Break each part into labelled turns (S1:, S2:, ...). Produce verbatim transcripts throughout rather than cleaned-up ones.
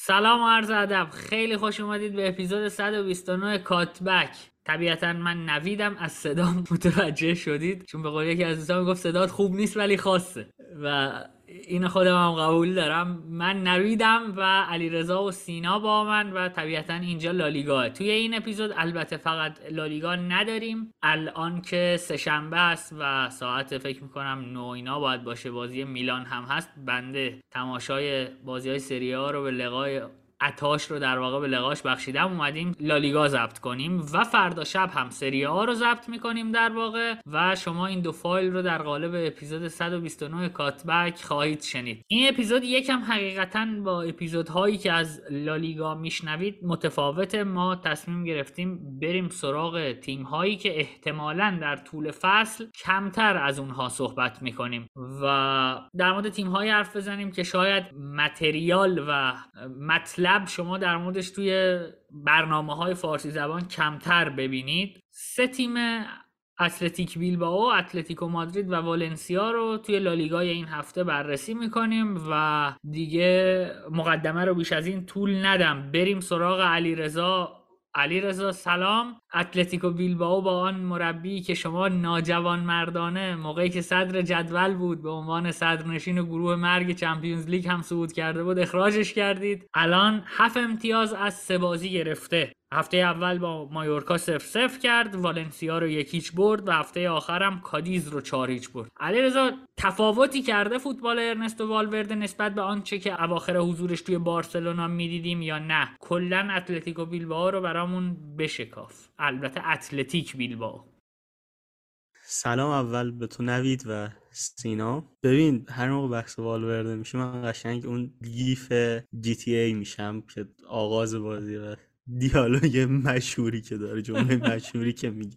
S1: سلام و عرض ادب، خیلی خوش اومدید به اپیزود صد و بیست و نه کاتبک. طبیعتا من نویدم، از صدام متوجه شدید، چون به قول یکی از دوستان میگفت صدات خوب نیست ولی خاصه و این خودم هم قبول دارم. من نویدم و علیرضا و سینا با من و طبیعتا اینجا لالیگاه. توی این اپیزود البته فقط لالیگا نداریم، الان که سه شنبه است و ساعت فکر میکنم نه اینا باید باشه، بازی میلان هم هست. بنده تماشای بازی های سری آ رو به لقای عطاش رو در واقع به لقاش بخشیدم، اومدیم لالیگا ضبط کنیم و فردا شب هم سری آ رو ضبط میکنیم در واقع و شما این دو فایل رو در قالب اپیزود صد و بیست و نه کاتبک خواهید شنید. این اپیزود یکم حقیقتاً با اپیزودهایی که از لالیگا میشنوید متفاوته. ما تصمیم گرفتیم بریم سراغ تیم‌هایی که احتمالاً در طول فصل کمتر از اونها صحبت میکنیم و در مورد تیم‌هایی حرف بزنیم که شاید متریال و مطلب شما در موردش توی برنامه‌های فارسی زبان کمتر ببینید. سه تیم اتلتیک بیلبائو، اتلتیکو مادرید و والنسیا رو توی لالیگای این هفته بررسی میکنیم و دیگه مقدمه رو بیش از این طول ندم، بریم سراغ علیرضا. علیرضا سلام. اتلتیکو بیلبائو با آن مربی که شما ناجوان مردانه موقعی که صدر جدول بود به عنوان صدرنشین گروه مرگ چمپیونز لیگ هم صعود کرده بود اخراجش کردید، الان هفت امتیاز از سه بازی گرفته. هفته اول با مایورکا صفر صفر کرد، والنسیا رو یک هیچ برد و هفته آخرم کادیز رو چهار هیچ برد. علیرضا، تفاوتی کرده فوتبال ارنستو والورده نسبت به آنچه که اواخر حضورش توی بارسلونا میدیدیم یا نه؟ کلا اتلتیکو بیلبائو رو برامون بشکاف، البته اتلتیک بیلبائو.
S2: سلام اول به تو نوید و سینا. ببین هر موقع بحث والورده میشه من قشنگ اون گیف جی تی ای میشم که آغاز بازی و دیالوگ مشهوری که داره، جمله مشهوری که میگه.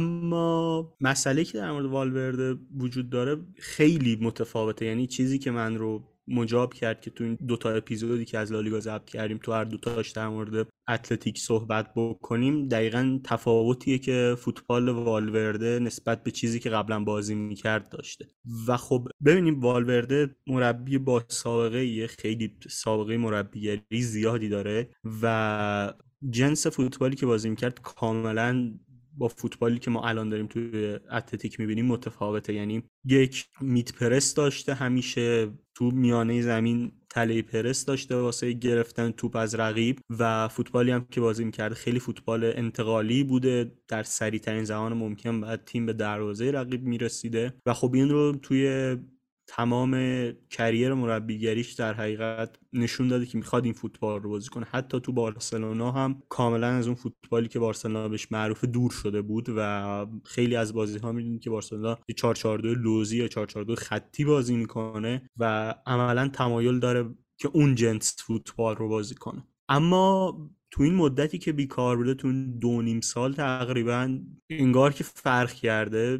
S2: اما مسئله که در مورد والورده وجود داره خیلی متفاوته، یعنی چیزی که من رو مجاب کرد که تو این دوتا اپیزودی که از لالیگا ضبط کردیم تو هر دوتاش در مورد اتلتیک صحبت بکنیم دقیقاً تفاوتیه که فوتبال والورده نسبت به چیزی که قبلا بازی میکرد داشته. و خب ببینیم والورده مربی با سابقه یه خیلی سابقه مربیگری زیادی داره و جنس فوتبالی که بازی میکرد کاملاً با فوتبالی که ما الان داریم توی اتلتیک میبینیم متفاوته. یعنی یک میت پرس داشته، همیشه تو میانه زمین تله پرس داشته واسه گرفتن توپ از رقیب و فوتبالی هم که بازی میکرده خیلی فوتبال انتقالی بوده، در سریع ترین زمان ممکن بعد تیم به دروازه رقیب میرسیده و خب این رو توی تمام کریر مربیگریش در حقیقت نشون داده که میخواد این فوتبال رو بازی کنه. حتی تو بارسلونا هم کاملا از اون فوتبالی که بارسلونا بهش معروف دور شده بود و خیلی از بازی ها میدونید که بارسلونا چهار چهار دو لوزی یا چهار چهار دو خطی بازی میکنه و عملا تمایل داره که اون جنس فوتبال رو بازی کنه. اما تو این مدتی که بیکار بوده، تو این دو نیم سال تقریبا، انگار که فرق کرده.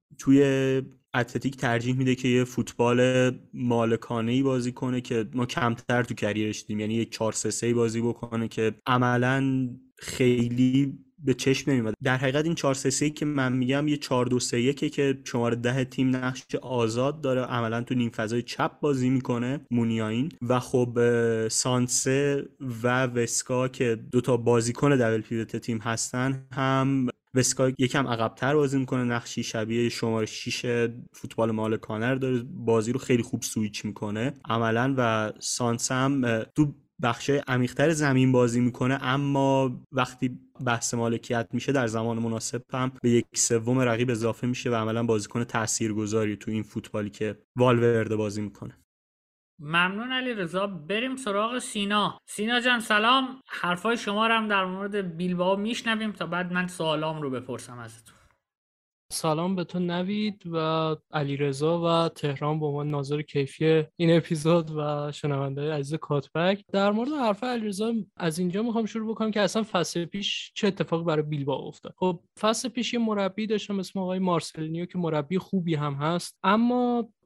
S2: توی اتلتیک ترجیح میده که یه فوتبال مالکانه‌ای بازی کنه که ما کمتر تو کریرش دیدیم، یعنی یک چهار سه سه بازی بکنه که عملاً خیلی به چشم نمیاد. در حقیقت این چهار سه سه که من میگم یه چهار دو سه یک که شماره ده تیم نقش آزاد داره، عملاً تو نیم فضای چپ بازی میکنه مونیاین و خب سانسه و وسکا که دوتا بازیکن دبل پیوت تیم هستن هم وسکا یکم عقب‌تر بازی میکنه، نقشی شبیه شماره شش فوتبال مالکانه رو داره، بازی رو خیلی خوب سویچ میکنه عملاً و سانس هم تو بخشای عمیق‌تر زمین بازی میکنه، اما وقتی بحث مالکیت میشه در زمان مناسب هم به یک سوم رقیب اضافه میشه و عملاً بازیکن تاثیرگذاری تو این فوتبالی که والورده بازی میکنه.
S1: ممنون علیرضا. بریم سراغ سینا. سینا جان سلام. حرفای شما رو هم در مورد بیلبائو میشنویم تا بعد من سوالام رو بپرسم ازتون.
S3: سلام به تو نوید و علیرضا و تهران به عنوان ناظر کیفی این اپیزود و شنونده‌های عزیز کاتبک. در مورد حرف علیرضا از اینجا میخوام شروع بکنم که اصلا فصل پیش چه اتفاقی برای بیلبائو افتاد. خب فصل پیش یه مربی داشتم اسم آقای مارسلینیو که مربی خوبی هم هست، اما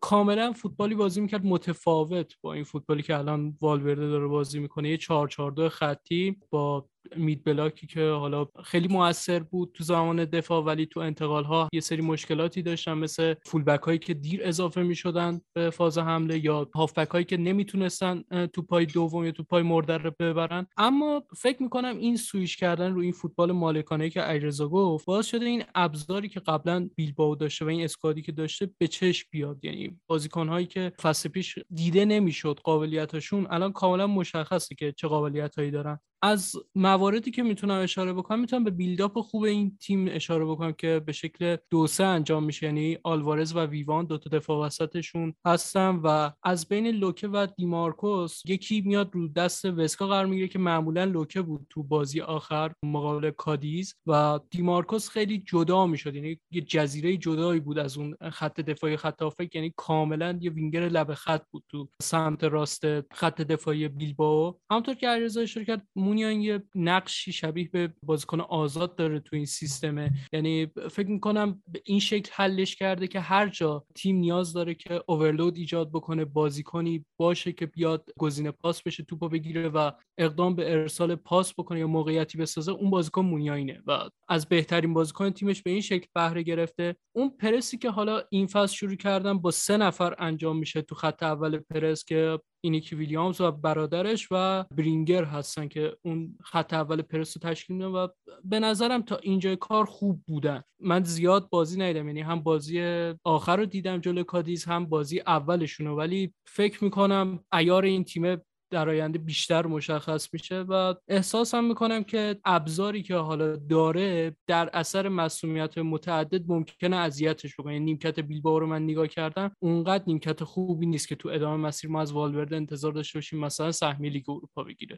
S3: کاملا فوتبالی بازی میکرد متفاوت با این فوتبالی که الان والورده داره بازی میکنه. یه چهار چهار دو خطی با مید بلاکی که حالا خیلی موثر بود تو زمان دفاع، ولی تو انتقال ها یه سری مشکلاتی داشتن، مثل فول بک هایی که دیر اضافه میشدن به فاز حمله یا هاف بک هایی که نمیتونستن تو پای دوم یا تو پای مردر رو ببرن. اما فکر میکنم این سویش کردن رو این فوتبال مالکانه‌ای که علیرضا گفت باعث شده این ابزاری که قبلا بیلبائو داشته و این اسکوادی که داشته به چشم بیاد. یعنی بازیکن هایی که فصل پیش دیده نمیشد قابلیتاشون الان کاملا مشخصه که چه قابلیتایی دارن. از مواردی که میتونم اشاره بکنم، میتونم به بیلداپ خوب این تیم اشاره بکنم که به شکل دو سه انجام میشه. یعنی آلوارز و ویوان دو تا دفاع وسطشون هستن و از بین لوکه و دیمارکوس یکی میاد رو دست وسکا قرار میگیره که معمولا لوکه بود تو بازی آخر مقابل کادیز و دیمارکوس خیلی جدا میشد. یعنی یه جزیره جدایی بود از اون خط دفاعی خط هافک، یعنی کاملا یه وینگر لب خط بود تو سمت راست خط دفاعی بیلبائو. همونطور که علیرضا اشاره کرد، مونیان یه نقشی شبیه به بازیکن آزاد داره تو این سیستمه. یعنی فکر میکنم به این شکل حلش کرده که هر جا تیم نیاز داره که اوورلود ایجاد بکنه، بازیکنی باشه که بیاد گزینه پاس بشه، توپو بگیره و اقدام به ارسال پاس بکنه یا موقعیتی بسازه. اون بازیکن مونیانه و از بهترین بازیکن تیمش به این شکل بهره گرفته. اون پرسی که حالا این فصل شروع کردن با سه نفر انجام میشه تو خط اول پرس که اینیکی ویلیامز و برادرش و برینگر هستن که اون خط اول پرس رو تشکیل میدن و به نظرم تا اینجای کار خوب بودن. من زیاد بازی ندیدم، یعنی هم بازی آخر رو دیدم جلوی کادیز هم بازی اولشونو، ولی فکر میکنم عیار این تیم در آینده بیشتر مشخص میشه و احساسم میکنم که ابزاری که حالا داره در اثر مسئولیت متعدد ممکنه اذیتش بکنه. یعنی نیمکت بیلبائو رو من نگاه کردم، اونقدر نیمکت خوبی نیست که تو ادامه مسیر ما از والورده انتظار داشته باشیم مثلا سهمیه لیگ اروپا بگیره.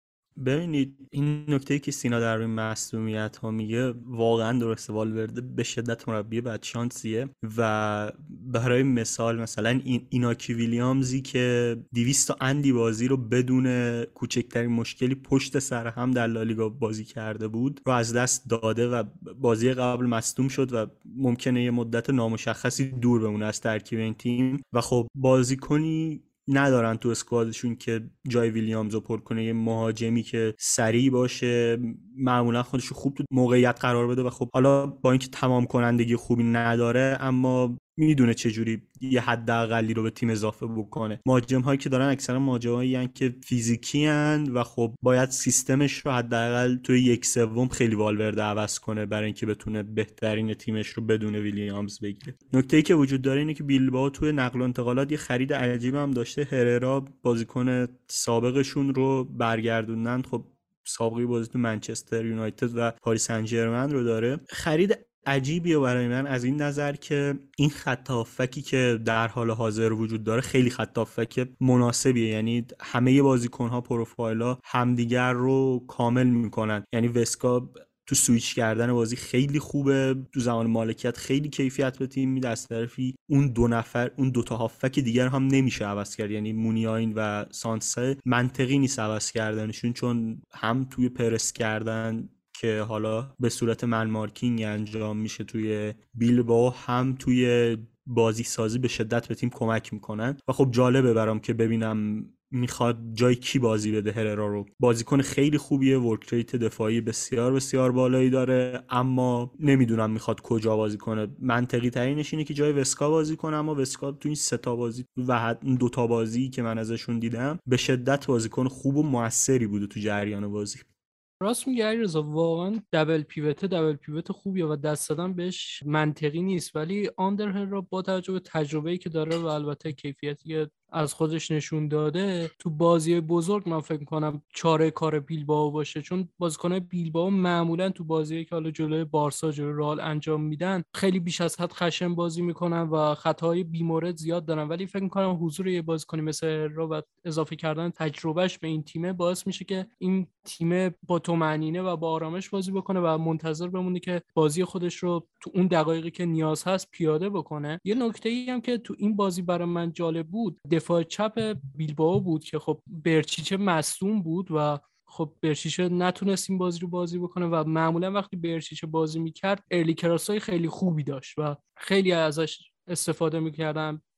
S2: ببینید این نکته‌ای که سینا در روی معصومیت ها میگه واقعا درسته. والورده به شدت مربی بدشانسیه و برای مثال مثلا این ایناکی ویلیامزی که دویست تا اندی بازی رو بدون کوچکترین مشکلی پشت سر هم در لالیگا بازی کرده بود رو از دست داده و بازی قبل مصدوم شد و ممکنه یه مدت نامشخصی دور بمونه از ترکیب این تیم و خب بازیکنی ندارن تو اسکوادشون که جای ویلیامز رو پر کنه، یه مهاجمی که سریع باشه، معمولا خودش رو خوب تو موقعیت قرار بده و خب حالا با اینکه تمام کنندگی خوبی نداره اما میدونه چجوری یه حداقلی رو به تیم اضافه بکنه. مهاجم هایی که دارن اکثرا مهاجمایی ان که فیزیکی ان و خب باید سیستمش رو حداقل توی یک سوم خیلی والورده عوض کنه برای اینکه بتونه بهترین تیمش رو بدون ویلیامز بگیره. نکته‌ای که وجود داره اینه که بیلبائو توی نقل و انتقالات یه خرید عجیب هم داشته. هررا بازیکن سابقشون رو برگردوندن. خب سابقه بازی تو منچستر یونایتد و پاریس سن ژرمن رو داره. خرید عجیبیه برای من از این نظر که این خط هافکی که در حال حاضر وجود داره خیلی خط هافک مناسبیه. یعنی همه بازیکن‌ها پروفایل‌ها همدیگر رو کامل میکنن. یعنی وسکا تو سویچ کردن بازی خیلی خوبه، تو زمان مالکیت خیلی کیفیت به تیم میده. از طرفی اون دو نفر اون دو تا هافک دیگر هم نمیشه عوض کرد، یعنی مونیاین و سانسه منطقی نیست عوض کردنشون، چون هم توی پرس کردن که حالا به صورت من مارکینگ انجام میشه توی بیلبائو هم توی بازی سازی به شدت به تیم کمک میکنن و خب جالبه برام که ببینم میخواد جای کی بازی بده هررا رو. بازیکن خیلی خوبیه، ورک ریت دفاعی بسیار بسیار بالایی داره، اما نمیدونم میخواد کجا بازی کنه. منطقی ترینش اینه که جای وسکا بازی کنه، اما وسکا تو این سه تا بازی و دو تا بازی که من ازشون دیدم به شدت بازیکن خوب و موثری بوده تو جریان بازی.
S3: راست میگه علیرضا، واقعا دبل پیوت دبل پیوت خوبیه و دست دادن بهش منطقی نیست، ولی آندرهل را با توجه به تجربه‌ای که داره و البته کیفیتی از خودش نشون داده تو بازی بزرگ من فکر می‌کنم چاره کار بیلبائو باشه، چون بازیکن‌های بیلبائو معمولا تو بازیایی که حالا جلوی بارسا جلوی رئال انجام میدن خیلی بیش از حد خشن بازی میکنن و خطاهای بیمورد زیاد دارن، ولی فکر می‌کنم حضور یه بازیکنی مثل را و اضافه کردن تجربهش به این تیم باعث میشه که این تیم با طمأنینه و با آرامش بازی بکنه و منتظر بمونه که بازی خودش رو تو اون دقایقی که نیاز هست پیاده بکنه. یه نکته‌ای هم که تو این بازی برای من جالب بود دفاع چپ بیلبائو بود که خب برچیچه مصدوم بود و خب برچیچه نتونست این بازی رو بازی بکنه و معمولا وقتی برچیچه بازی میکرد ارلی کراسای خیلی خوبی داشت و خیلی ازش استفاده میکردن.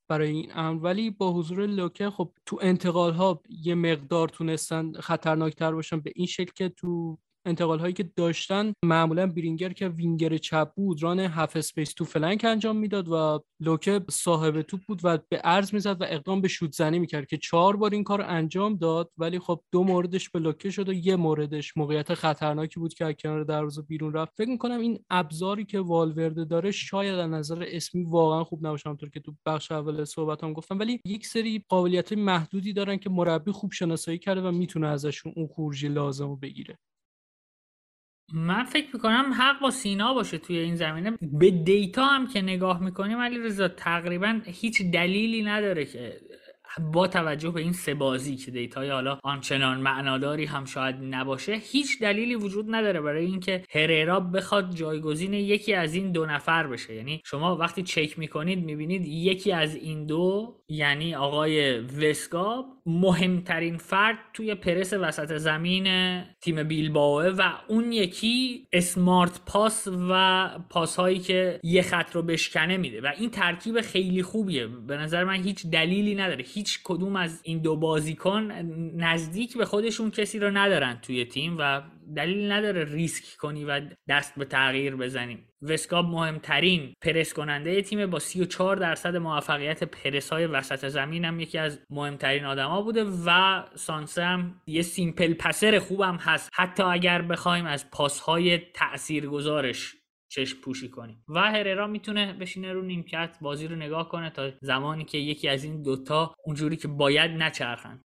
S3: برای این امر، ولی با حضور لوکه خب تو انتقال ها یه مقدار تونستن خطرناکتر باشن به این شکل که تو انتقال هایی که داشتن معمولا برینگر که وینگر چپ بود ران هاف اسپیس تو فلنک انجام میداد و لوکه صاحب توپ بود و به عرض میزد و اقدام به شوت زنی میکرد که چهار بار این کار انجام داد، ولی خب دو موردش به لوکه شد و یه موردش موقعیت خطرناکی بود که از کنار دروازه بیرون رفت. فکر میکنم این ابزاری که والورده داره شاید از نظر اسمی واقعا خوب نباشه، همونطور که تو بخش اول صحبتام گفتم، ولی یک سری قابلیت محدودی دارن که مربی خوب شناسایی کرده و میتونه ازشون اون خروجی لازمو بگیره.
S1: من فکر میکنم حق با سینا باشه توی این زمینه. به دیتا هم که نگاه میکنیم علیرضا تقریبا هیچ دلیلی نداره که با توجه به این سه بازی که دیتای حالا آنچنان معناداری هم شاید نباشه، هیچ دلیلی وجود نداره برای اینکه هررا بخواد جایگزین یکی از این دو نفر بشه. یعنی شما وقتی چک میکنید میبینید یکی از این دو، یعنی آقای وسکاپ، مهمترین فرد توی پرس وسط زمین تیم بیلبائو و اون یکی اسمارت پاس و پاس هایی که یه خط رو بشکنه میده و این ترکیب خیلی خوبیه. به نظر من هیچ دلیلی نداره، هیچ کدوم از این دو بازیکن نزدیک به خودشون کسی رو ندارن توی تیم و دلیل نداره ریسک کنی و دست به تغییر بزنیم. وسکاپ مهمترین پرس کننده تیم با سی و چهار درصد موفقیت پرس های وسط زمین هم یکی از مهمترین آدما بوده و سانسه هم یه سیمپل پسر خوبم هست، حتی اگر بخوایم از پاس های تاثیرگذارش چشم پوشی کنیم. و هررا میتونه بشینه رو نیمکت بازی رو نگاه کنه تا زمانی که یکی از این دوتا اونجوری که باید نچرخن.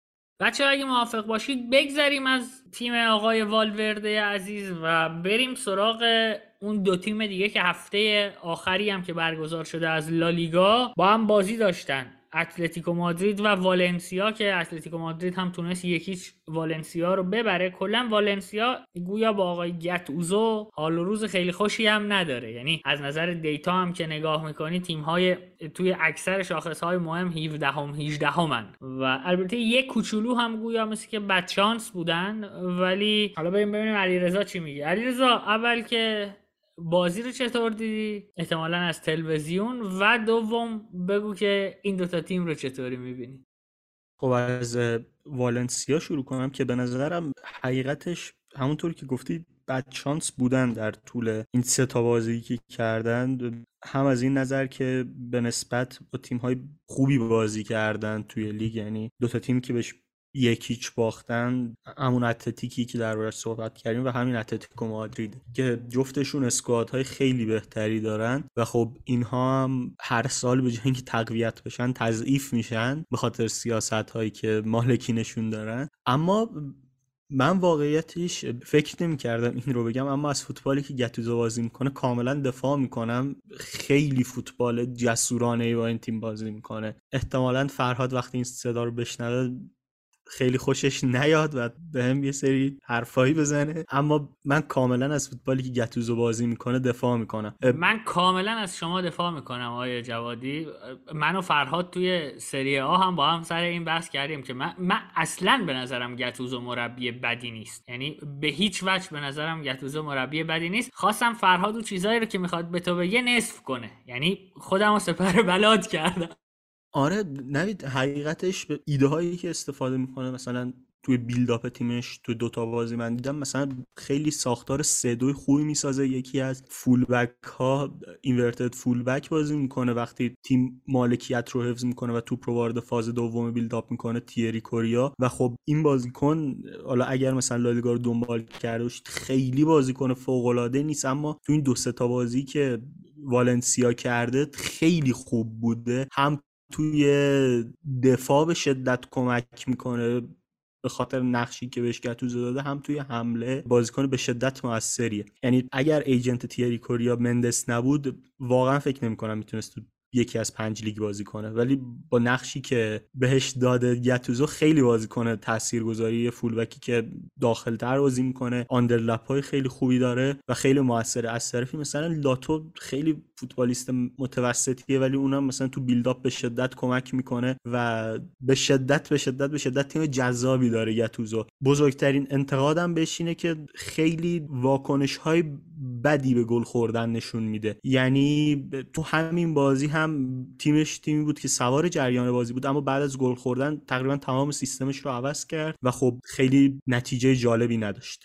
S1: بچه اگه موافق باشید بگذریم از تیم آقای والورده عزیز و بریم سراغ اون دو تیم دیگه که هفته آخری هم که برگزار شده از لالیگا با هم بازی داشتن، اتلتیکو مادرید و والنسیا، که اتلتیکو مادرید هم تونست یکیش والنسیا رو ببره. کلا والنسیا گویا با آقای گتوزو حال و روز خیلی خوشی هم نداره، یعنی از نظر دیتا هم که نگاه میکنی تیم‌های توی اکثر شاخص‌های مهم هفدهم هجدهمن و البته یک کوچولو هم گویا مثل که بدشانس بودن. ولی حالا بریم ببینیم علیرضا چی میگه. علیرضا اول که بازی رو چطور دیدی؟ احتمالاً از تلویزیون، و دوم بگو که این دوتا تیم رو چطوری میبینی؟
S2: خب از والنسیا شروع کنم که به نظرم حقیقتش همونطور که گفتی بد شانس بودن در طول این سه تا بازی که کردن، هم از این نظر که به نسبت با تیم‌های خوبی بازی کردن توی لیگ، یعنی دو تا تیم که بهش یکیچ باختن، همون اتلتیکی که دربارش صحبت کردیم و همین اتلتیکو مادرید که جفتشون اسکوادهای خیلی بهتری دارن و خب اینها هم هر سال به جای اینکه تقویت بشن تضعیف میشن به خاطر سیاست‌هایی که مالکینشون دارن. اما من واقعیتش فکر نمی کردم این رو بگم، اما از فوتبالی که گتوزو بازی میکنه کاملا دفاع میکنم. خیلی فوتبال جسورانه با این تیم بازی میکنه. احتمالاً فرهاد وقتی این صدا رو بشنوه خیلی خوشش نیاد و به هم یه سری حرفایی بزنه، اما من کاملا از فوتبالی که گتوزو بازی میکنه دفاع میکنم.
S1: من کاملا از شما دفاع میکنم آقای جوادی. من و فرهاد توی سری آ هم با هم سر این بحث کردیم که من, من اصلا به نظرم گتوزو مربی بدی نیست، یعنی به هیچ وجه به نظرم گتوزو مربی بدی نیست. خواستم فرهاد و چیزایی رو که میخواد به تو بگه نصف کنه، یعنی خودم رو سپر بلاد کردم.
S2: آره نوید، حقیقتش به ایده هایی که استفاده میکنه، مثلا توی بیلداپ تیمش تو دوتا بازی من دیدم مثلا خیلی ساختار سه دو خوبی میسازه. یکی از فول بک ها اینورتد فول بک بازی میکنه وقتی تیم مالکیت رو حفظ میکنه و توپ رو وارد فاز دوم بیلداپ میکنه، تیری کوریا. و خب این بازیکن حالا اگر مثلا لالیگا رو دنبال کرده باشید خیلی بازیکن فوق العاده نیست، اما تو این دو سه تا بازی که والنسیا کرده خیلی خوب بوده. هم توی دفاع به شدت کمک میکنه به خاطر نقشی که بهش گتوزو داده، هم توی حمله بازیکن به شدت موثریه. یعنی اگر ایجنت تیری کوریا مندس نبود واقعا فکر نمی‌کنم میتونست یکی از پنج لیگ بازی کنه، ولی با نقشی که بهش داده گتوزو خیلی بازی کنه تاثیرگذاری فول بکی که داخل‌تر بازی میکنه، آندرلپ‌های خیلی خوبی داره و خیلی موثره. از طرفی مثلا لاتو خیلی فوتبالیست متوسطیه ولی اونم مثلا تو بیلداپ به شدت کمک میکنه و به شدت به شدت به شدت تیم جذابی داره گتوزو. بزرگترین انتقادم بهش اینه که خیلی واکنش‌های بدی به گل خوردن نشون میده. یعنی تو همین بازی هم تیمش تیمی بود که سوار جریان بازی بود، اما بعد از گل خوردن تقریبا تمام سیستمش رو عوض کرد و خب خیلی نتیجه جالبی نداشت.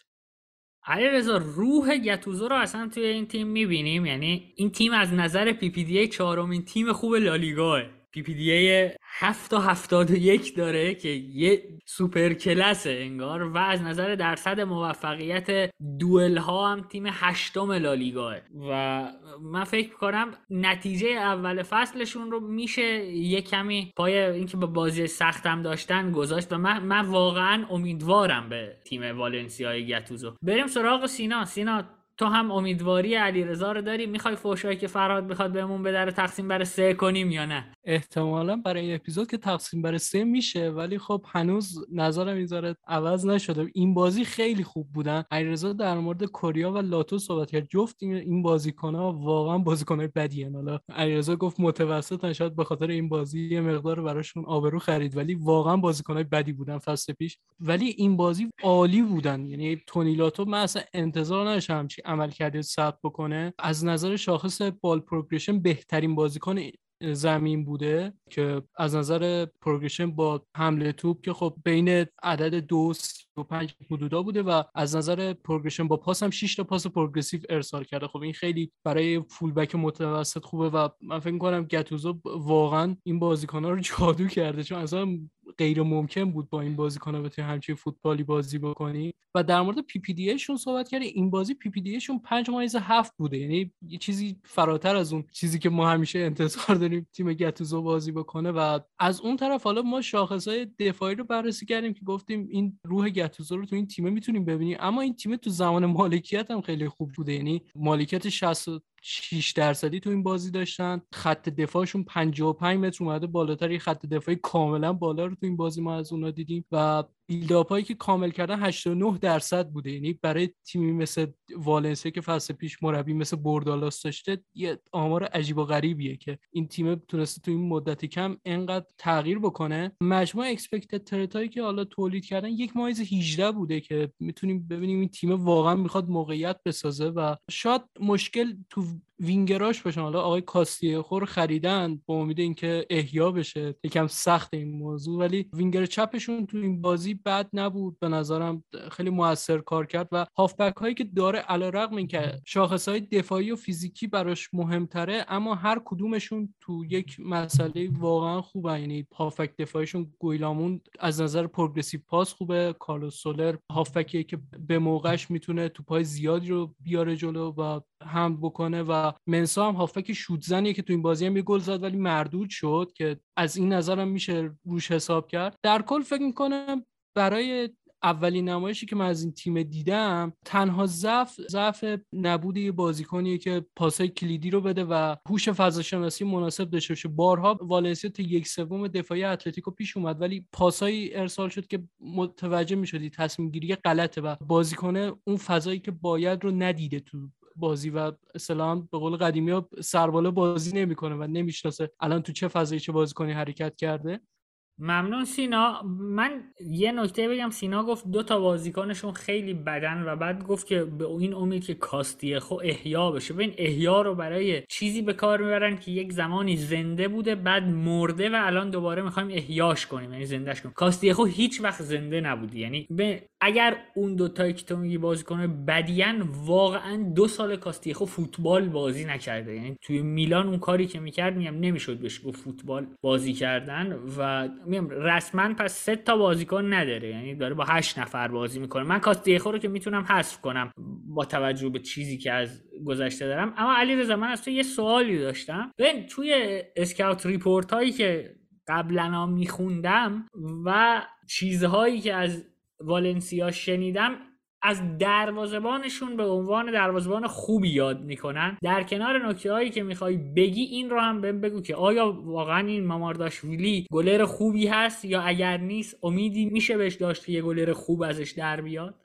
S1: علیرضا روح گتوزو رو اصلا توی این تیم میبینیم؟ یعنی این تیم از نظر پی پی دی ای چهارمین تیم خوب لالیگاه، پی پی دی ای هفت تا هفتاد و یک داره که یه سوپر کلاسه انگار، و از نظر درصد موفقیت دوئل ها هم تیم هشتم لالیگاه و من فکر کنم نتیجه اول فصلشون رو میشه یه کمی پای اینکه با بازی سختم داشتن گذاشت و من, من واقعا امیدوارم به تیم والنسیای گتوزو. بریم سراغ سینا. سینا تو هم امیدواری علیرضا رو داری؟ میخوای فوشایی که فرهاد بخواد بهمون بده رو تقسیم بر سه کنیم یا نه؟
S3: احتمالاً برای این اپیزود که تقسیم بر سه میشه، ولی خب هنوز نظرم میذاره عوض نشده. این بازی خیلی خوب بودن. علیرضا در مورد کوریا و لاتو صحبت کرد، جفت این بازیکن‌ها واقعا بازیکن‌های بدی ان. حالا علیرضا گفت متوسط، شاید به خاطر این بازی یه مقدار براشون آبرو خرید، ولی واقعا بازیکن‌های بدی بودن فصل پیش. ولی این بازی عالی بودن. یعنی تونی لاتو من اصلا انتظار نداشتم همچین عملکردی ثبت بکنه. از نظر شاخص بال پروگرشن بهترین بازیکن زمین بوده که از نظر پروگرشن با حمله توپ که خب بین عدد دو و پنج حدودا بوده و از نظر پروگرشن با پاس هم شش تا پاس پروگرسیو ارسال کرده. خب این خیلی برای فول بک متوسط خوبه و من فکر می‌کنم گتوزو واقعا این بازیکن‌ها رو جادو کرده، چون اصلا غیر ممکن بود با این بازیکن‌ها بتونی همچین فوتبالی بازی بکنی. و در مورد پی پی دی ایشون صحبت کردی، این بازی پی پی دی ایشون پنج ممیز هفت بوده، یعنی یه چیزی فراتر از اون چیزی که ما همیشه انتظار داریم تیم گتوزو بازی بکنه. و از اون طرف حالا ما شاخص‌های دفاعی رو بررسی کردیم که گفتیم این روح گتوزو رو تو این تیم میتونیم ببینیم، اما این تیم تو زمان مالکیت هم خیلی خوب بوده. یعنی مالکیت شصت و شش درصدی تو این بازی داشتن، خط دفاعشون پنجاه و پنج متر اومده بالاتر، یه خط دفاعی کاملا بالا رو تو این بازی ما از اونا دیدیم و بیلداپایی که کامل کردن هشتاد و نه درصد بوده. یعنی برای تیمی مثل والنسیا که فصل پیش مربی مثل بوردالاس داشته یه آمار عجیب و غریبیه که این تیم تونسته تو این مدت کم انقدر تغییر بکنه. مجموع اکسپکتد ترتایی که حالا تولید کردن یک ممیز هجده بوده که میتونیم ببینیم این تیم واقعا میخواد موقعیت بسازه و شاید مشکل تو وینگراش باشن. حالا آقای کاستیخو رو خریدن با امید اینکه احیا بشه، یکم سخت این موضوع، ولی وینگر چپشون تو این بازی بد نبود، به نظرم خیلی موثر کار کرد و هافبک هایی که داره علیرغم اینکه شاخصهای دفاعی و فیزیکی براش مهمتره، اما هر کدومشون تو یک مسئله واقعا خوبه. یعنی هافبک دفاعیشون گویلامون از نظر پروگرسیو پاس خوبه، کارلوس سولر هافبکیه که به موقعش میتونه توپای زیادی رو بیاره جلو و هم بکنه و منسا هم هافبک شوت زنیه که تو این بازی هم یه گل زد ولی مردود شد که از این نظرم میشه روش حساب کرد. در کل فکر میکنم برای اولین نمایشی که من از این تیم دیدم تنها ضعف ضعف نبود یه بازیکنیه که پاسای کلیدی رو بده و هوش فضاشناسی مناسب داشته باشه. بارها والنسیا تا یک سوم دفاعی اتلتیکو پیش اومد ولی پاسایی ارسال شد که متوجه میشدی تصمیم گیری غلطه و بازیکن اون فضایی که باید رو ندیده تو بازی و اصطلاحاً به قول قدیمی‌ها سربالا بازی نمی‌کنه و نمی‌شناسه الان تو چه فضایی چه بازیکنی حرکت کرده.
S1: ممنون سینا. من یه نکته بگم، سینا گفت دو تا بازیکنشون خیلی بدن و بعد گفت که به این امید که کاستیخو احیا بشه. ببین احیا رو برای چیزی به کار میبرن که یک زمانی زنده بوده بعد مرده و الان دوباره میخوایم احیاش کنیم، یعنی زندهش کنیم. کاستیخو هیچ وقت زنده نبود. یعنی اگر اون دو تایی که تو میگی بازیکن بدیان، واقعا دو سال کاستیخو فوتبال بازی نکرده. یعنی توی میلان اون کاری که میکرد میگم نمیشد بهش گفت فوتبال بازی کردن و میگم رسما پس سه تا بازیکن نداره، یعنی داره با هشت نفر بازی میکنه. من کاستیخو رو که میتونم حذف کنم با توجه به چیزی که از گذشته دارم. اما علیرضا من از تو یه سوالی داشتم. ببین توی اسکاوت ریپورت هایی که قبلا میخوندم و چیزهایی که از والنسیا شنیدم، از دروازه‌بانشون به عنوان دروازه‌بان خوبی یاد میکنن. در کنار نکته‌هایی که میخوای بگی این رو هم بهم بگو که آیا واقعا این مامارداشویلی گلر خوبی هست یا اگر نیست امیدی میشه بهش داشت که یه گلر خوب ازش در بیاد؟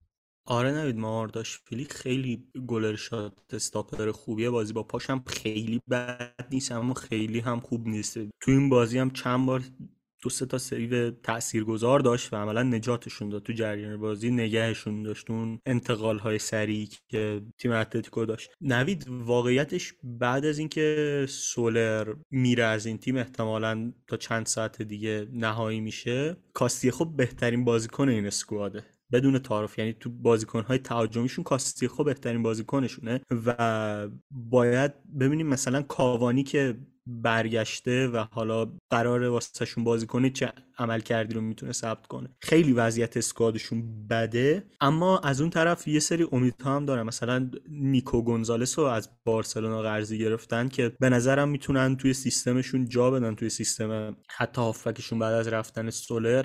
S2: آره نوید، مامارداشویلی خیلی گلر شات استاپر خوبیه، بازی با پاشم خیلی بد نیست اما خیلی هم خوب نیست. تو این بازی هم چند بار دو سه تا سیو تاثیرگذار داشت و عملا نجاتشون داد تو جریان بازی، نگهشون داشت اون انتقال های سریع که تیم اتلتیکو داشت. نوید واقعیتش بعد از اینکه سولر میره از این تیم، احتمالاً تا چند ساعت دیگه نهایی میشه، کاستیخو بهترین بازیکن این اسکواده بدون تعارف. یعنی تو بازیکن‌های تهاجمیشون کاستیخو بهترین بازیکنشونه و باید ببینیم مثلا کاوانی که برگشته و حالا قراره واسهشون بازی کنه چه عمل کردی رو میتونه ثبت کنه. خیلی وضعیت اسکوادشون بده، اما از اون طرف یه سری امیدها هم دارن. مثلا نیکو گونزالس رو از بارسلونا قرضی گرفتن که به نظرم میتونن توی سیستمشون جا بدن، توی سیستم حتی هافبکشون بعد از رفتن سولر،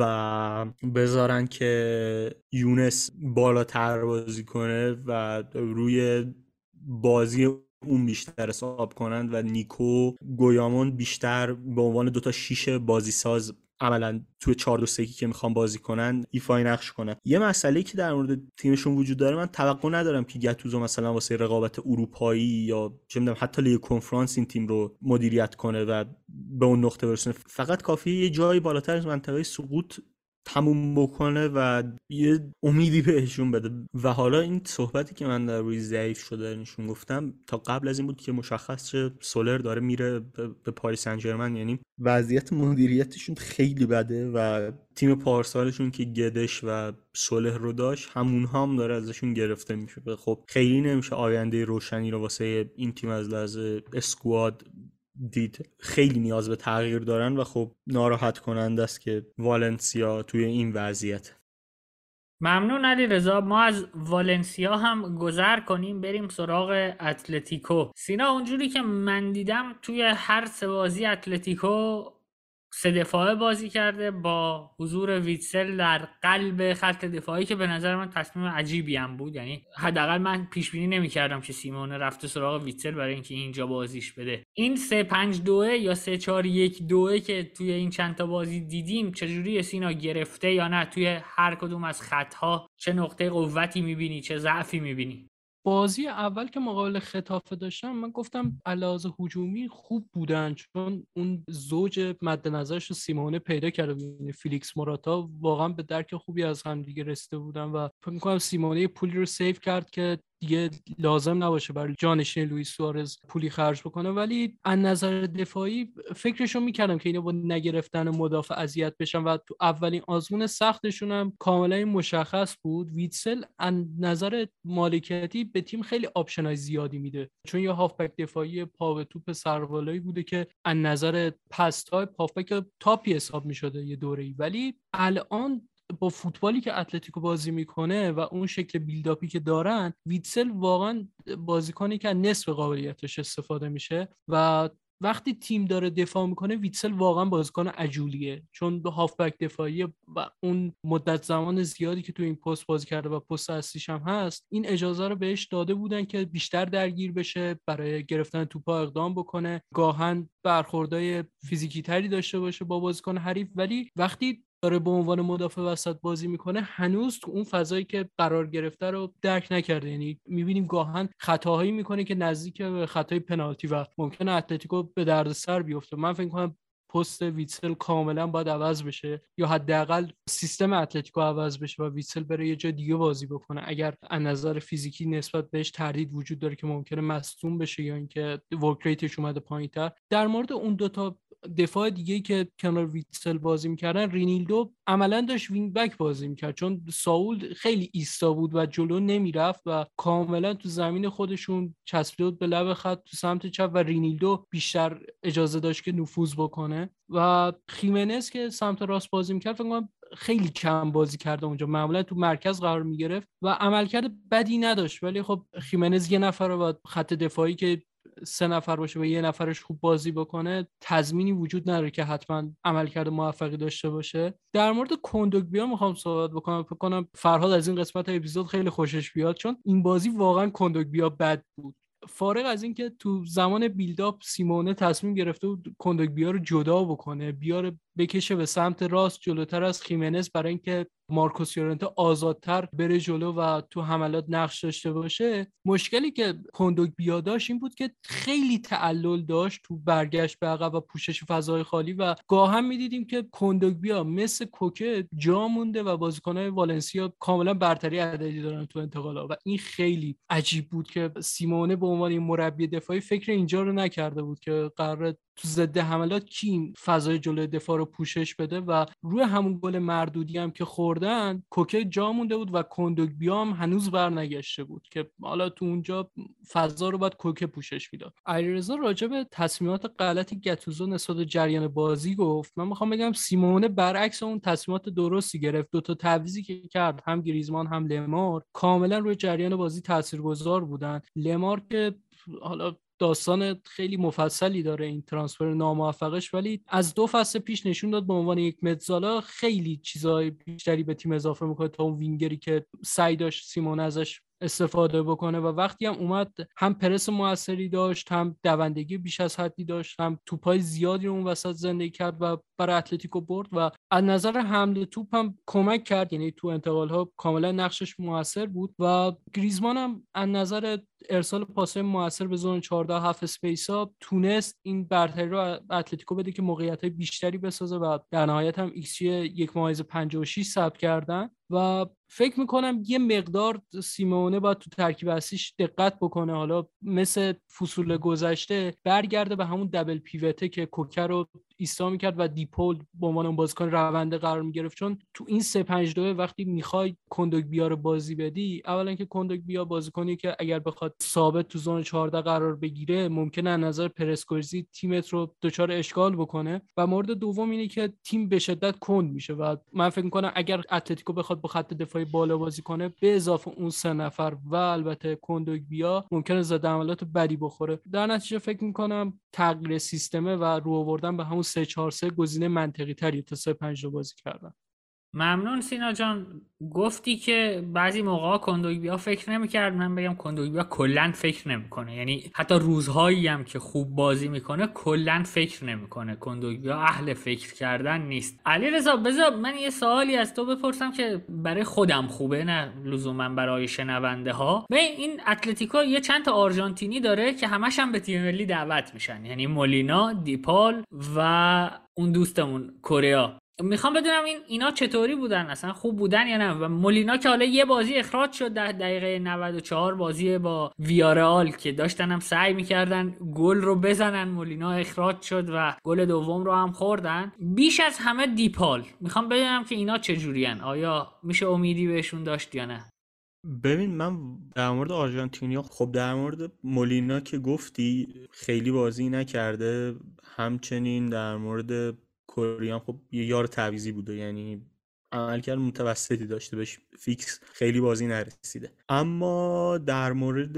S2: و بذارن که یونس بالاتر بازی کنه و روی بازی اون بیشتر حساب کنند و نیکو گویامون بیشتر به عنوان دوتا شیش بازی ساز عملا توی چهار دو سه که میخوان بازی کنن ایفای نقش کنن. یه مسئله که در مورد تیمشون وجود داره، من توقع ندارم که گتوزو مثلا واسه رقابت اروپایی یا چه میدونم حتی لیگ کنفرانس این تیم رو مدیریت کنه و به اون نقطه برسونه. فقط کافیه یه جایی بالاتر از منطقه سقوط تموم بکنه و یه امیدی بهشون بده. و حالا این صحبتی که من در روی ضعیف شده نشون گفتم تا قبل از این بود که مشخص شه سولر داره میره به پاریس سن ژرمن. یعنی وضعیت مدیریتشون خیلی بده و تیم پارسالشون که گدش و سولر رو داشت همون هم داره ازشون گرفته میشه. خب خیلی نمیشه آینده روشنی رو واسه این تیم از لحاظ اسکواد دید. خیلی نیاز به تغییر دارن و خب ناراحت کننده است که والنسیا توی این وضعیت.
S1: ممنون علی رضا. ما از والنسیا هم گذر کنیم بریم سراغ اتلتیکو. سینا اونجوری که من دیدم توی هر سه بازی اتلتیکو سه دفاعه بازی کرده با حضور ویتسل در قلب خط دفاعی که به نظر من تصمیم عجیبی هم بود. یعنی حداقل من پیش بینی نمی‌کردم که سیمونه رفته سراغ ویتسل برای اینکه اینجا بازیش بده. این سه پنج دو یا سه چهار یک دو که توی این چند تا بازی دیدیم چجوری سینا گرفته یا نه؟ توی هر کدوم از خط‌ها چه نقطه قوتی می‌بینی، چه ضعفی می‌بینی؟
S3: بازی اول که مقابل خطافه داشتم من گفتم علاوه هجومی خوب بودن، چون اون زوج مد نظرش رو سیمونه پیدا کرده بود. فیلیکس موراتا واقعا به درک خوبی از هم دیگه رسیده بودن و فکر می‌کنم سیمونه پولی رو سیو کرد که دیگه لازم نباشه برای جانشین لوئیس سوارز پولی خرج بکنه. ولی از نظر دفاعی فکرشو میکردم که اینا با نگرفتن مدافع اذیت بشن و تو اولین آزمون سختشون هم کاملا مشخص بود. ویتسل از نظر مالکیتی به تیم خیلی آپشنای زیادی میده، چون یه هافبک دفاعی پا به توپ سربالایی بوده که از نظر پس تایپ هافبک تاپی حساب میشده یه دوره‌ای. ولی الان با فوتبالی که اتلتیکو بازی میکنه و اون شکل بیلداپی که دارن، ویتسل واقعا بازیکنی که نصف قابلیتش استفاده میشه و وقتی تیم داره دفاع میکنه ویتسل واقعا بازیکن عجولیه، چون به هافبک دفاعی و اون مدت زمان زیادی که تو این پست بازی کرده و پست اصلیش هم هست این اجازه رو بهش داده بودن که بیشتر درگیر بشه، برای گرفتن توپا اقدام بکنه، گاهن برخوردای فیزیکی تری داشته باشه با بازیکن حریف. ولی وقتی داره به عنوان مدافع وسط بازی میکنه هنوز تو اون فضایی که قرار گرفته رو درک نکرده. یعنی میبینیم گاهن خطاهایی میکنه که نزدیک به خطای پنالتی و ممکنه اتلتیکو به دردسر بیفته. من فکر کنم پست ویتسل کاملا باید عوض بشه یا حداقل سیستم اتلتیکو عوض بشه و ویتسل بره یه جای دیگه بازی بکنه اگر از نظر فیزیکی نسبت بهش تردید وجود داره که ممکنه مصدوم بشه یا اینکه ورک ریتش اومده پایین‌تر. در مورد اون دوتا دفاع دیگه که کنار ویتسل بازی میکردن، رینیلدو عملا داشت وینگ بک بازی میکرد، چون ساول خیلی ایستا بود و جلو نمیرفت و کاملا تو زمین خودشون چسبیده بود به لب خط تو سمت چپ و رینیلدو بیشتر اجازه داشت که نفوذ بکنه. و خیمنز که سمت راست بازی میکرد فکر کنم خیلی کم بازی کرده اونجا، معمولا تو مرکز قرار میگرفت و عملکرد بدی نداشت. ولی خب خیمنز یه نفر و خط دفاعی که سه نفر باشه و یه نفرش خوب بازی بکنه تضمینی وجود نداره که حتما عملکرد موفقی داشته باشه. در مورد کندوگبیا میخوام صحبت بکنم. فکر کنم فرهاد از این قسمت اپیزود خیلی خوشش بیاد، چون این بازی واقعا کندوگبیا بد بود. فارغ از این که تو زمان بیلداپ سیمونه تصمیم گرفته بود کندوگبیا رو جدا بکنه بیاره بکشه به سمت راست جلوتر از خیمنز برای اینکه مارکوس یورنته آزادتر بره جلو و تو حملات نقش داشته باشه. مشکلی که کندوگبیا داشت این بود که خیلی تعلل داشت تو برگشت به عقب و پوشش فضای خالی و گاه هم می‌دیدیم که کندوگبیا مثل کوکه جا مونده و بازیکن‌های والنسیا کاملا برتری عددی دارن تو انتقالات و این خیلی عجیب بود که سیمونه به عنوان مربی دفاعی فکر اینجا رو نکرده بود که قراره تو ضد حملات کی فضای جلوی دفاع رو پوشش بده و روی همون گل مردودی هم که خوردن کوکه جا مونده بود و کندوگبیا هم هنوز برنگشته بود که حالا تو اونجا فضا رو باید کوکه پوشش میداد. علیرضا راجع به تصمیمات غلطی گتوزو نسبت به جریان بازی گفت. من میخوام بگم سیمونه برعکس اون تصمیمات درستی گرفت. دو تا تعویضی که کرد هم گریزمان هم لمار کاملا روی جریان بازی تاثیرگذار بودن. لمار که حالا داستان خیلی مفصلی داره این ترانسفر ناموفقش، ولی از دو فصل پیش نشون داد به عنوان یک متزالا خیلی چیزای بیشتری به تیم اضافه میکنه تا اون وینگری که سعی داشت سیمون ازش استفاده بکنه و وقتی هم اومد هم پرس موثری داشت، هم دوندگی بیش از حدی داشت، هم توپای زیادی رو اون وسط زندگی کرد و برای اتلتیکو برد و از نظر حمله توپ هم کمک کرد، یعنی تو انتقال‌ها کاملا نقشش موثر بود و گریزمان هم از نظر ارسال پاس‌های موثر به زون چهارده هفت اسپیسا تونست این برتری رو اتلتیکو بده که موقعیت‌های بیشتری بسازه و در نهایت هم ایکس جی یک ممیز پنجاه و شش ثبت کردن و فکر میکنم یه مقدار سیمونه باید تو ترکیب اصلیش دقت بکنه، حالا مثل فصول گذشته برگرده به همون دبل پیوته که کوکر رو ایستا میکرد و دیپول به عنوان اون بازیکن رونده قرار میگرفت، چون تو این سه پنج دو وقتی میخوای کندوگبیا رو بازی بدی، اولا که کندوگبیا بازیکنی که اگر بخواد ثابت تو زون چهارده قرار بگیره ممکنه از نظر پرسکوزی تیمت رو دچار اشکال بکنه و مورد دوم اینه که تیم به شدت کند میشه و من فکر میکنم اگر اتلتیکو بخواد با خط دفاعی بالا بازی کنه به اضافه اون سه نفر و البته کندوگبیا ممکنه ضد حملات بدی بخوره. در نتیجه فکر میکنم تغییر سیستمه و رو آوردن به همون سه چهار سه گزینه منطقی تری تا سه پنج دو بازی کردن.
S1: ممنون سینا جان. گفتی که بعضی موقعا کندوگبیا فکر نمی‌کرد، من بگم کندوگبیا کلاً فکر نمی‌کنه، یعنی حتی روزهایی هم که خوب بازی میکنه کلاً فکر نمی‌کنه. کندوگبیا اهل فکر کردن نیست. علیرضا بذار من یه سوالی از تو بپرسم که برای خودم خوبه، نه لزوما برای شنونده ها. ببین این اتلتیکو یه چند تا آرژانتینی داره که همش هم به تیم ملی دعوت میشن، یعنی مولینا، دیپال و اون دوستمون کوریا. میخوام بدونم این اینا چطوری بودن، اصلا خوب بودن یا نه؟ و مولینا که حالا یه بازی اخراج شد در دقیقه نود و چهار، بازی با ویارئال که داشتن هم سعی میکردن گل رو بزنن، مولینا اخراج شد و گل دوم رو هم خوردن. بیش از همه دیپال. میخوام بدونم که اینا چجورین، آیا میشه امیدی بهشون داشت یا نه؟
S2: ببین من در مورد آرژانتینیا، خب در مورد مولینا که گفتی خیلی بازی نکرده، همچنین در مورد کوریان خب یه یار تعویضی بوده، یعنی عملکرد متوسطی داشته، بهش فیکس خیلی بازی نرسیده. اما در مورد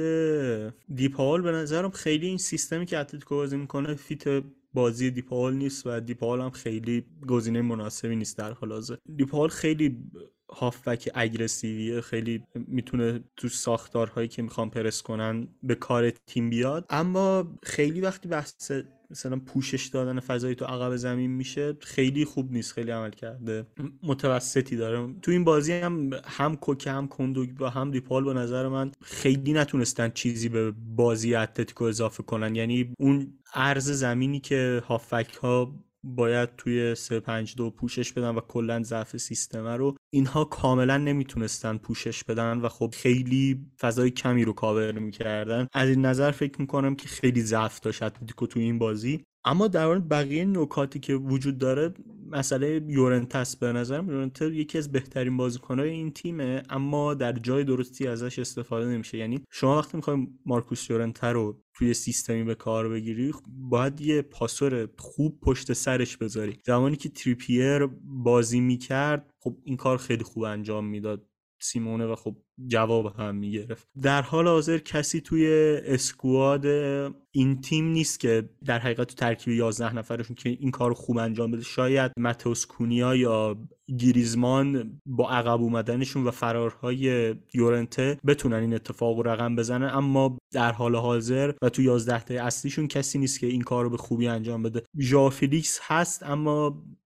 S2: دیپال به نظرم خیلی این سیستمی که اتلتیکو بازی میکنه فیت بازی دیپال نیست و دیپال هم خیلی گزینه مناسبی نیست در حال حاضر. دیپال خیلی هافبک اگریسیویه، خیلی میتونه تو ساختارهایی که میخوان پرس کنن به کار تیم بیاد، اما خیلی وقتی بحث مثلا پوشش دادن فضایی تو عقب زمین میشه خیلی خوب نیست، خیلی عمل کرده متوسطی داره. تو این بازی هم هم کوکه هم کندوگبیا هم دیپال به نظر من خیلی نتونستن چیزی به بازی اتلتیکو اضافه کنن، یعنی اون عرض زمینی که هافبک ها باید توی سه پنج دو پوشش بدن و کلا ضعف سیستم رو اینها کاملا نمیتونستن پوشش بدن و خب خیلی فضای کمی رو کاور میکردن. از این نظر فکر میکنم که خیلی ضعف داشت اتلتیکو توی این بازی. اما در مورد بقیه نکاتی که وجود داره، مسئله یورنته به نظرم یورنته یکی از بهترین بازیکن‌های این تیمه، اما در جای درستی ازش استفاده نمیشه. یعنی شما وقتی می‌خواید مارکوس یورنته رو توی سیستمی به کار بگیری باید یه پاسور خوب پشت سرش بذاری. زمانی که تریپیر بازی میکرد خب این کار خیلی خوب انجام میداد سیمونه و خب جواب هم میگرفت. در حال حاضر کسی توی اسکواد این تیم نیست که در حقیقت تو ترکیب یازده نفرشون که این کارو خوب انجام بده. شاید ماتئوس کونیا یا گریزمان با عقب اومدنشون و فرارهای یورنته بتونن این اتفاق رو رقم بزنن، اما در حال حاضر و تو یازده تا اصلیشون کسی نیست که این کارو به خوبی انجام بده. ژائو فیلیکس هست اما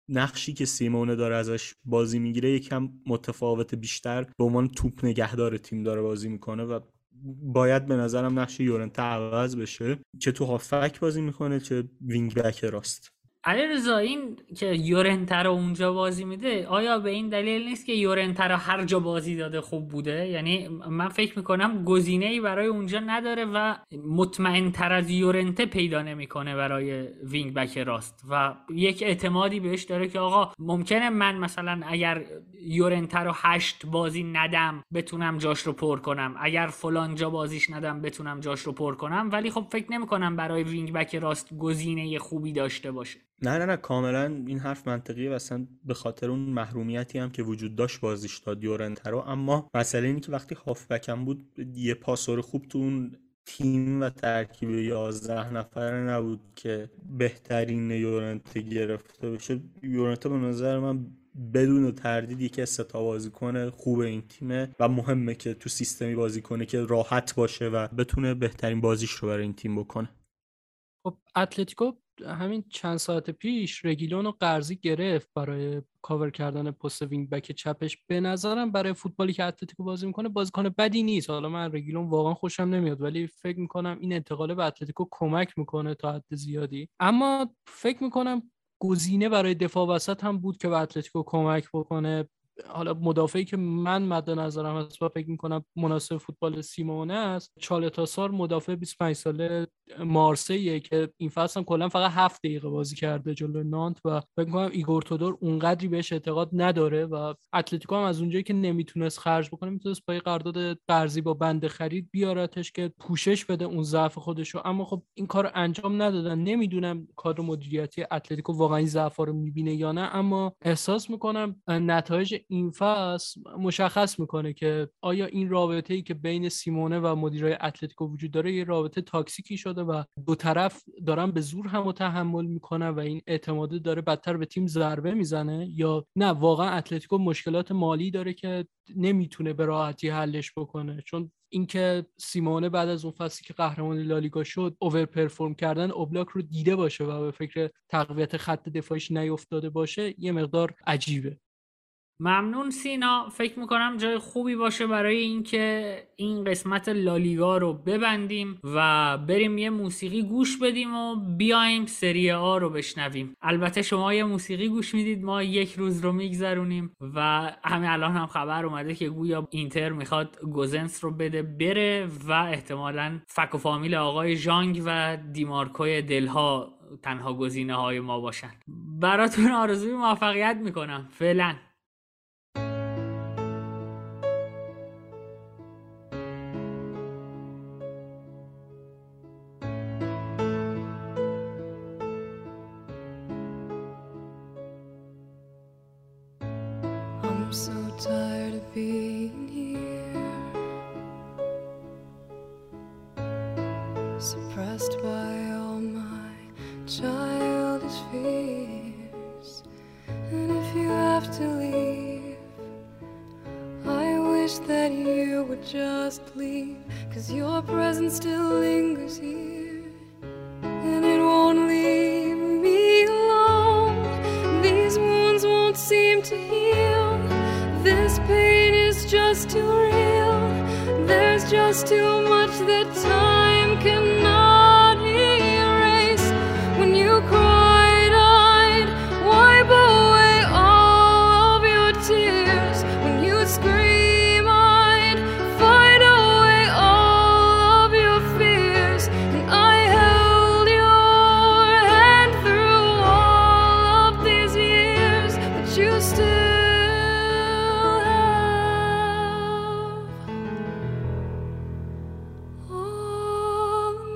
S2: نقشی که سیمونه داره ازش بازی میگیره یکم متفاوت، بیشتر به عنوان توپ نگهدار تیم داره بازی میکنه و باید به نظرم نقش یورنته عوض بشه، چه تو هافک بازی میکنه چه وینگ بک راست.
S1: علیرضا این که یورنته رو اونجا بازی میده آیا به این دلیل نیست که یورنته رو هر جا بازی داده خوب بوده؟ یعنی من فکر میکنم گزینه‌ای برای اونجا نداره و مطمئن تر از یورنته پیدا نمیکنه برای وینگ بک راست و یک اعتمادی بهش داره که آقا ممکنه من مثلا اگر یورنته رو هشت بازی ندم بتونم جاش رو پر کنم، اگر فلان جا بازیش ندم بتونم جاش رو پر کنم، ولی خب فکر نمیکنم برای وینگ بک راست گزینه خوبی داشته باشه.
S2: نه نه نه کاملا این حرف منطقیه و اصلا به خاطر اون محرومیتی هم که وجود داشت بازیش داد یورنته رو. اما مسئله اینه که وقتی هافبک هم بود یه پاسور خوب تو اون تیم و ترکیب یازده نفره نبود که بهترین یورنته گرفته بشه. یورنته به نظر من بدون تردید یکی از سه تا بازیکن خوب این تیمه و مهمه که تو سیستمی بازی کنه که راحت باشه و بتونه بهترین بازیش رو برای این تیم بکنه.
S3: خب اتلتیکو همین چند ساعت پیش رگیلون و قرضی گرفت برای کاور کردن پست وینگ بک چپش. به نظرم برای فوتبالی که اتلتیکو بازی میکنه بازیکن بدی نیست. حالا من رگیلون واقعا خوشم نمیاد ولی فکر میکنم این انتقال به اتلتیکو کمک میکنه تا حد زیادی. اما فکر میکنم گزینه برای دفاع وسط هم بود که به اتلتیکو کمک بکنه. حالا مدافعی که من مد نظرم هست و فکر میکنم مناسب فوتبال سیمونه است، چالتاسار، مدافع بیست و پنج ساله مارسیه که این فصل هم کلا فقط هفت دقیقه بازی کرده جلوی نانت و فکر میکنم ایگور تودور اونقدری بهش اعتقاد نداره و اتلتیکو هم از اونجایی که نمیتونست خرج بکنه میتونست با قرارداد قرضی با بند خرید بیارتش که پوشش بده اون ضعف خودشو. اما خب این کار انجام ندادن. نمیدونم کادر مدیریتی اتلتیکو واقعا این ضعفا رو میبینه یا نه، اما احساس میکنم نتایج این فصل مشخص میکنه که آیا این رابطه‌ای که بین سیمونه و مدیرای اتلتیکو وجود داره یه رابطه تاکسیکی شده و دو طرف دارن به زور هم تحمل میکنن و این اعتماد داره بدتر به تیم ضربه میزنه، یا نه واقعا اتلتیکو مشکلات مالی داره که نمیتونه به راحتی حلش بکنه. چون اینکه سیمونه بعد از اون فصلی که قهرمان لالیگا شد اوور پرفورم کردن اوبلاک رو دیده باشه و به فکر تقویت خط دفاعیش نیفتاده باشه یه مقدار عجیبه.
S1: ممنون سینا. فکر میکنم جای خوبی باشه برای اینکه این قسمت لالیگا رو ببندیم و بریم یه موسیقی گوش بدیم و بیایم سری آ رو بشنویم. البته شما یه موسیقی گوش میدید، ما یک روز رو میگذرونیم و همین الان هم خبر اومده که گویا اینتر میخواد گوزنس رو بده بره و احتمالاً فک و فامیل آقای ژانگ و دیمارکوی دلها تنها گزینه های ما باشن. براتون آرزوی موفقیت میکنم. فعلا.
S4: I'm so tired of being here, suppressed by all my childish fears. And if you have to leave, I wish that you would just leave, 'cause your presence still lingers here, and it won't leave me alone. These wounds won't seem to heal. This pain is just too real. There's just too much that time cannot erase. When you cried, I'd wipe away all of your tears. When you scream, I'd fight away all of your fears. And I held your hand through all of these years, but you still all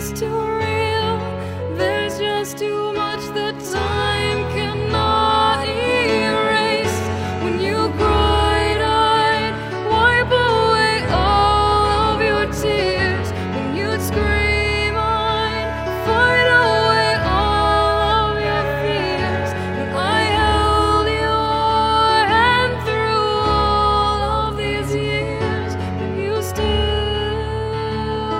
S4: it's too real. There's just too much that time cannot erase. When you cried, I'd wipe away all of your tears. When you'd scream, I'd fight away all of your fears. When I held your hand through all of these years, but you still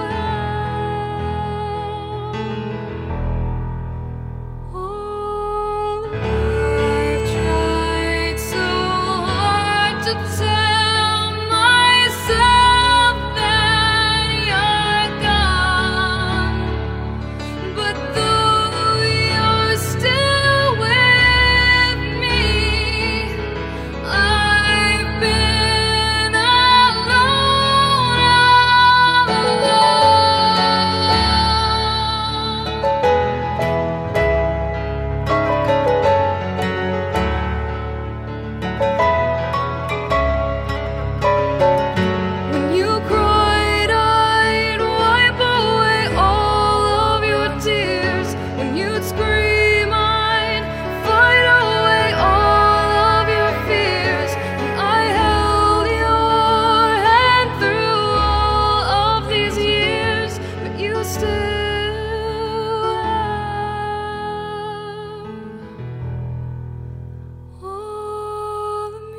S4: have all of me. I've tried so hard to tell myself that you're gone, but though you're still with me, I've been alone all When you cried, I'd wipe away all of your tears. When you'd scream, I'd fight away all of your fears. And I held your hand through all of these years, but you still have all of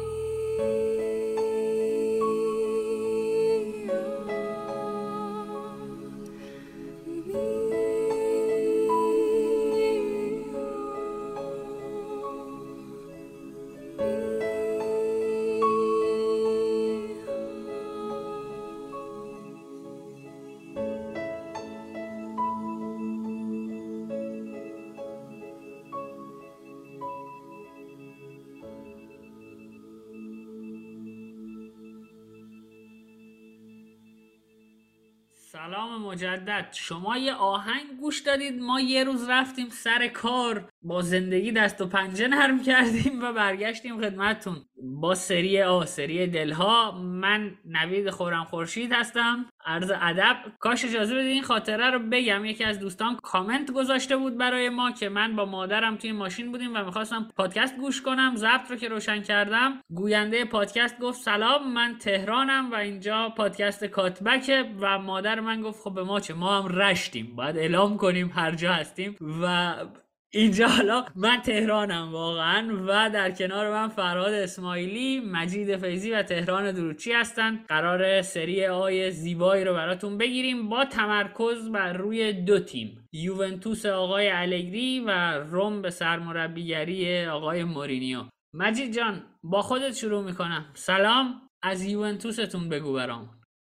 S1: سلام مجدد. شما یه آهنگ گوش دادید، ما یه روز رفتیم سر کار، با زندگی دست و پنجه نرم کردیم و برگشتیم خدمتتون با سری آ، سری دلها. من نوید خورم خورشید هستم، عرض ادب. کاش اجازه بدید این خاطره رو بگم. یکی از دوستان کامنت گذاشته بود برای ما که من با مادرم توی ماشین بودیم و میخواستم پادکست گوش کنم. ضبط رو که روشن کردم، گوینده پادکست گفت سلام، من تهرانم و اینجا پادکست کاتبکه. و مادر من گفت خب به ما چه، ما هم رشتیم، باید اعلام کنیم هر جا هستیم. و اینجا حالا من تهرانم واقعا و در کنار من فرهاد اسماعیلی، مجید فیضی و تهران دروچی هستن. قرار سری آی زیبایی رو براتون بگیریم با تمرکز بر روی دو تیم، یوونتوس آقای الگری و روم به سرمربیگری آقای مورینیو. مجید جان با خودت شروع میکنم. سلام، از یوونتوستون بگو برام.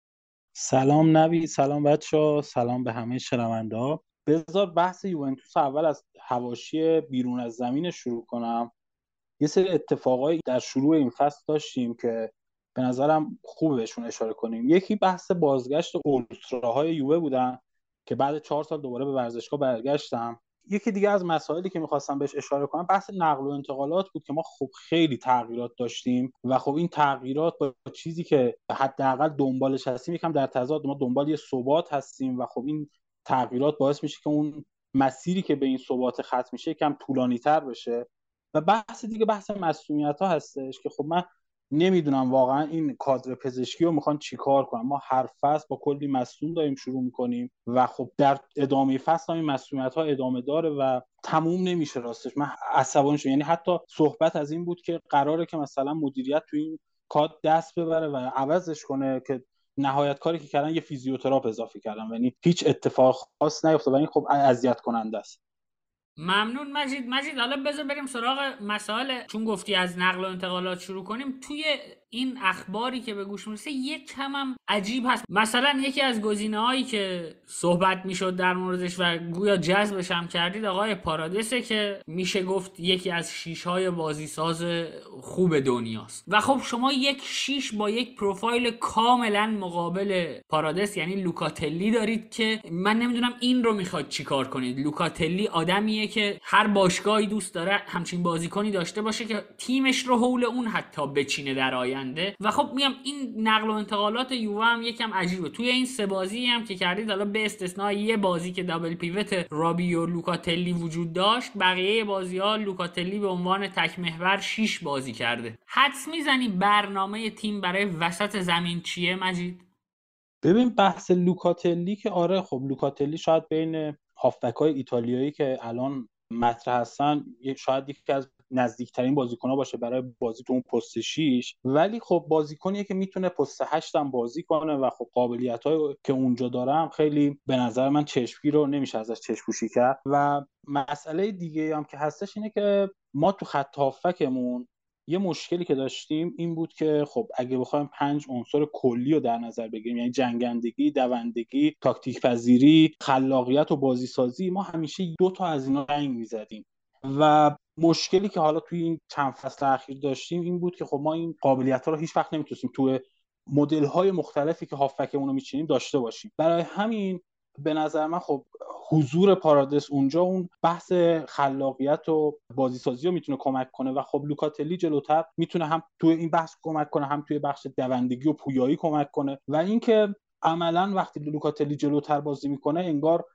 S5: سلام نوید، سلام بچه‌ها، سلام به همه شنوندا. بذار بحث یوونتوس اول از حواشی بیرون از زمین شروع کنم. یه سری اتفاقایی در شروع این فصل داشتیم که به نظرم خوبه بهشون اشاره کنیم. یکی بحث بازگشت اولتراهای یووه بودن که بعد چهار سال دوباره به ورزشگاه برگشتن. یکی دیگه از مسائلی که می‌خواستم بهش اشاره کنم بحث نقل و انتقالات بود که ما خب خیلی تغییرات داشتیم و خب این تغییرات با چیزی که حداقل دنبالش هستیم یکم در تضاد. ما دنبال یه ثبات هستیم و خب این تغییرات باعث میشه که اون مسیری که به این ثبات ختم میشه یکم طولانی‌تر بشه. و بحث دیگه بحث مسئولیت‌ها هستش که خب من نمیدونم واقعا این کادر پزشکی رو میخوان چیکار کنن. ما هر فصل با کلی مصدوم داریم شروع میکنیم و خب در ادامه فصل هم این مسئولیت‌ها ادامه داره و تموم نمیشه. راستش من عصبانی شدم. یعنی حتی صحبت از این بود که قراره که مثلا مدیریت تو این کادر دست ببره و عوضش کنه، که نهایت کاری که کردن یه فیزیوتراپ اضافه کردن. یعنی هیچ اتفاق خاص نیفتاد و این خب اذیت کننده است.
S1: ممنون مجید. مجید حالا بذار بریم سراغ مسائل. چون گفتی از نقل و انتقالات شروع کنیم، توی این اخباری که به گوش میرسه یک کم هم عجیب هست. مثلا یکی از گزینه‌هایی که صحبت میشد در موردش و گویا جذبش هم کردید آقای پارادیسه که میشه گفت یکی از شیش‌های بازیساز خوب دنیاست. و خب شما یک شیش با یک پروفایل کاملا مقابل پارادیس یعنی لوکاتلی دارید که من نمیدونم این رو میخواد چیکار کنید. لوکاتلی آدمیه که هر باشگاهی دوست داره همچین بازیکنی داشته باشه که تیمش رو حول اون حتی بچینه در آینده. ببنده. و خب میگم این نقل و انتقالات یووه هم یکم عجیبه. توی این سه بازی هم که کردید، حالا به استثنای یه بازی که دابل پیوت رابی و لوکاتلی وجود داشت، بقیه بازی‌ها لوکاتلی به عنوان تک محور شش بازی کرده. حدس میزنی برنامه تیم برای وسط زمین چیه مجید؟
S5: ببین بحث لوکاتلی که آره، خب لوکاتلی شاید بین هافبک‌های ایتالیایی که الان مطرح هستن شاید یکی از نزدیکترین بازیکن‌ها باشه برای بازی تو اون پست شیش، ولی خب بازیکنیه که میتونه پست هشت هم بازی کنه و خب قابلیت‌های که اونجا دارم خیلی به نظر من چشمگیر رو نمیشه ازش چشم‌پوشی کرد. و مسئله دیگه هم که هستش اینه که ما تو خط هافبکمون یه مشکلی که داشتیم این بود که خب اگه بخوایم پنج عنصر کلی رو در نظر بگیریم، یعنی جنگندگی، دوندگی، تاکتیک پذیری، خلاقیت و بازی سازی، ما همیشه دو تا از اینا رنگ می‌زدیم. و مشکلی که حالا توی این چند فصل اخیر داشتیم این بود که خب ما این قابلیت‌ها رو هیچ وقت نمیتونستیم توی مدل‌های مختلفی که هافبکمون رو می‌چینیم داشته باشیم. برای همین به نظر من خب حضور پارادس اونجا اون بحث خلاقیت و بازیسازی رو میتونه کمک کنه و خب لوکاتلی جلوتر میتونه هم توی این بحث کمک کنه، هم توی بخش دوندگی و پویایی کمک کنه. و اینکه عملاً وقتی لوکاتلی جلوتر بازی میکنه انگار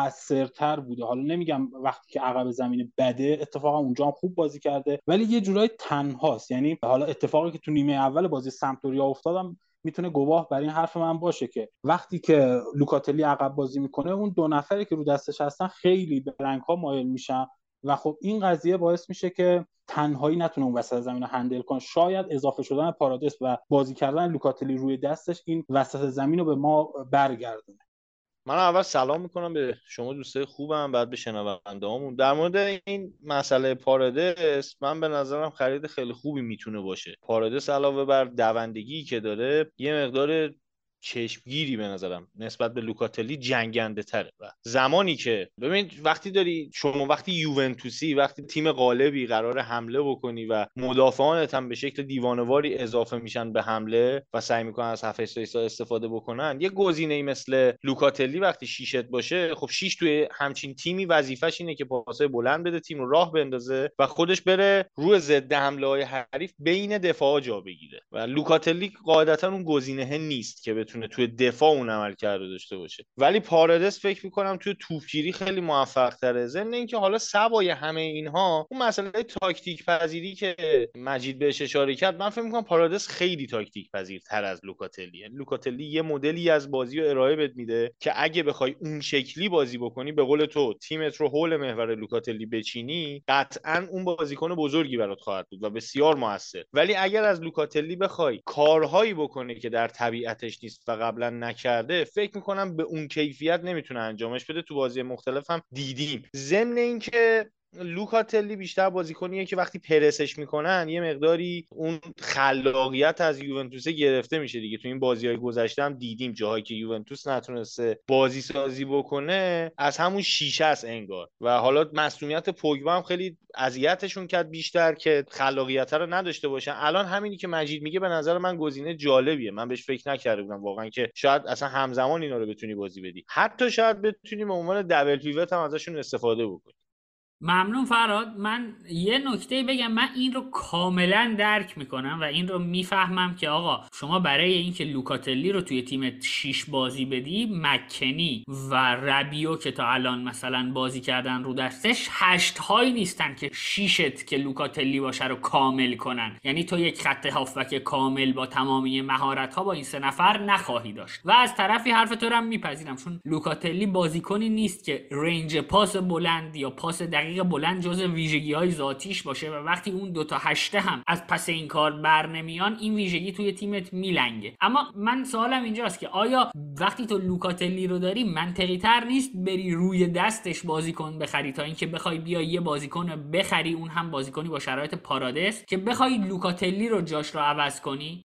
S5: موثرتر بوده. حالا نمیگم وقتی که عقب زمین بده، اتفاقا اونجا هم خوب بازی کرده، ولی یه جورایی تنهاست. یعنی حالا اتفاقی که تو نیمه اول بازی سمپدوریا افتادم میتونه گواه بر این حرف من باشه که وقتی که لوکاتلی عقب بازی میکنه اون دو نفری که رو دستش هستن خیلی به رنگ‌ها مایل میشن و خب این قضیه باعث میشه که تنهایی نتونه اون وسط زمین رو هندل کنه. شاید اضافه شدن پارادس و بازی کردن لوکاتلی روی دستش این وسط زمین رو به ما برگردونه.
S6: من اول سلام میکنم به شما دوستای خوبم، بعد به شنونده‌هامون. در مورد این مسئله پارادس، من به نظرم خرید خیلی خوبی میتونه باشه. پارادس علاوه بر دوندگی که داره، یه مقدار چشمگیری به نظرم نسبت به لوکاتلی جنگنده تره. و زمانی که ببین وقتی داری شما وقتی یوونتوسی، وقتی تیم غالبی قرار حمله بکنی و مدافعانت هم به شکل دیوانه‌واری اضافه میشن به حمله و سعی میکنن از هفت ایسا استفاده بکنن، یه گزینه‌ای مثل لوکاتلی وقتی شیشت باشه، خب شیش توی همچین تیمی وظیفش اینه که پاسای بلند بده، تیم رو راه بندازه و خودش بره روی ضد حمله‌های حریف بین دفاعا جا بگیره. و لوکاتلی قاعدتا اون گزینه نیست که بتونه توی دفاع اون عمل کرده داشته باشه. ولی پارادس فکر میکنم توی توپگیری خیلی موفق تره. ضمن اینکه حالا سوای همه اینها اون مسئله تاکتیک پذیری که مجید بهش اشاره کرد، من فکر میکنم پارادس خیلی تاکتیک پذیرتر از لوکاتلیه. لوکاتلی یه مدلی از بازی رو ارائه بد میده که اگه بخوای اون شکلی بازی بکنی، به قول تو تیمت رو حول محور لوکاتلی بچینی، قطعا اون بازیکن بزرگی برات خواهد بود و بسیار موثر. ولی اگر از لوکاتلی بخوای کارهایی بکنه که در طبیعتش نیست و قبلا نکرده، فکر میکنم به اون کیفیت نمیتونه انجامش بده. تو بازی مختلف هم دیدیم. ضمن اینکه لوکاتلی بیشتر بازیکنیه که وقتی پرسش میکنن یه مقداری اون خلاقیت از یوونتوس گرفته میشه دیگه. تو این بازی‌های گذشته هم دیدیم جاهایی که یوونتوس نتونسته بازی سازی بکنه از همون شیشه است انگار. و حالا مسئولیت پوگبا هم خیلی اذیتشون کرد بیشتر که خلاقیت رو نداشته باشن. الان همینی که مجید میگه به نظر من گزینه جالبیه. من بهش فکر نکرده بودم واقعا که شاید اصلا همزمان اینا رو بتونی بازی بدی. حتی شاید بتونی به عنوان دبل پیوت هم ازشون استفاده بکنی.
S1: ممنون فراد. من یه نکته بگم، من این رو کاملا درک میکنم و این رو میفهمم که آقا شما برای اینکه لوکاتلی رو توی تیمت شیش بازی بدی، مکنی و ربیو که تا الان مثلا بازی کردن رو دستش هشت هایی نیستن که شیشت که لوکاتلی باشه رو کامل کنن. یعنی تو یک خط هافبک کامل با تمامی مهارت ها با این سه نفر نخواهی داشت. و از طرفی حرف تو رو هم میپذیرم، چون لوکاتلی بازیکنی نیست که رنج پاس بلند یا پاس دقیق بلند جزء ویژگی‌های ذاتیش باشه و وقتی اون دوتا هشته هم از پس این کار بر نمیان، این ویژگی توی تیمت میلنگه. اما من سوالم اینجاست که آیا وقتی تو لوکاتلی رو داری منطقی تر نیست بری روی دستش بازیکن بخری تا اینکه بخوای بیای یه بازیکن بخری، اون هم بازیکنی با شرایط پارادس، که بخوای لوکاتلی رو جاش رو عوض کنی؟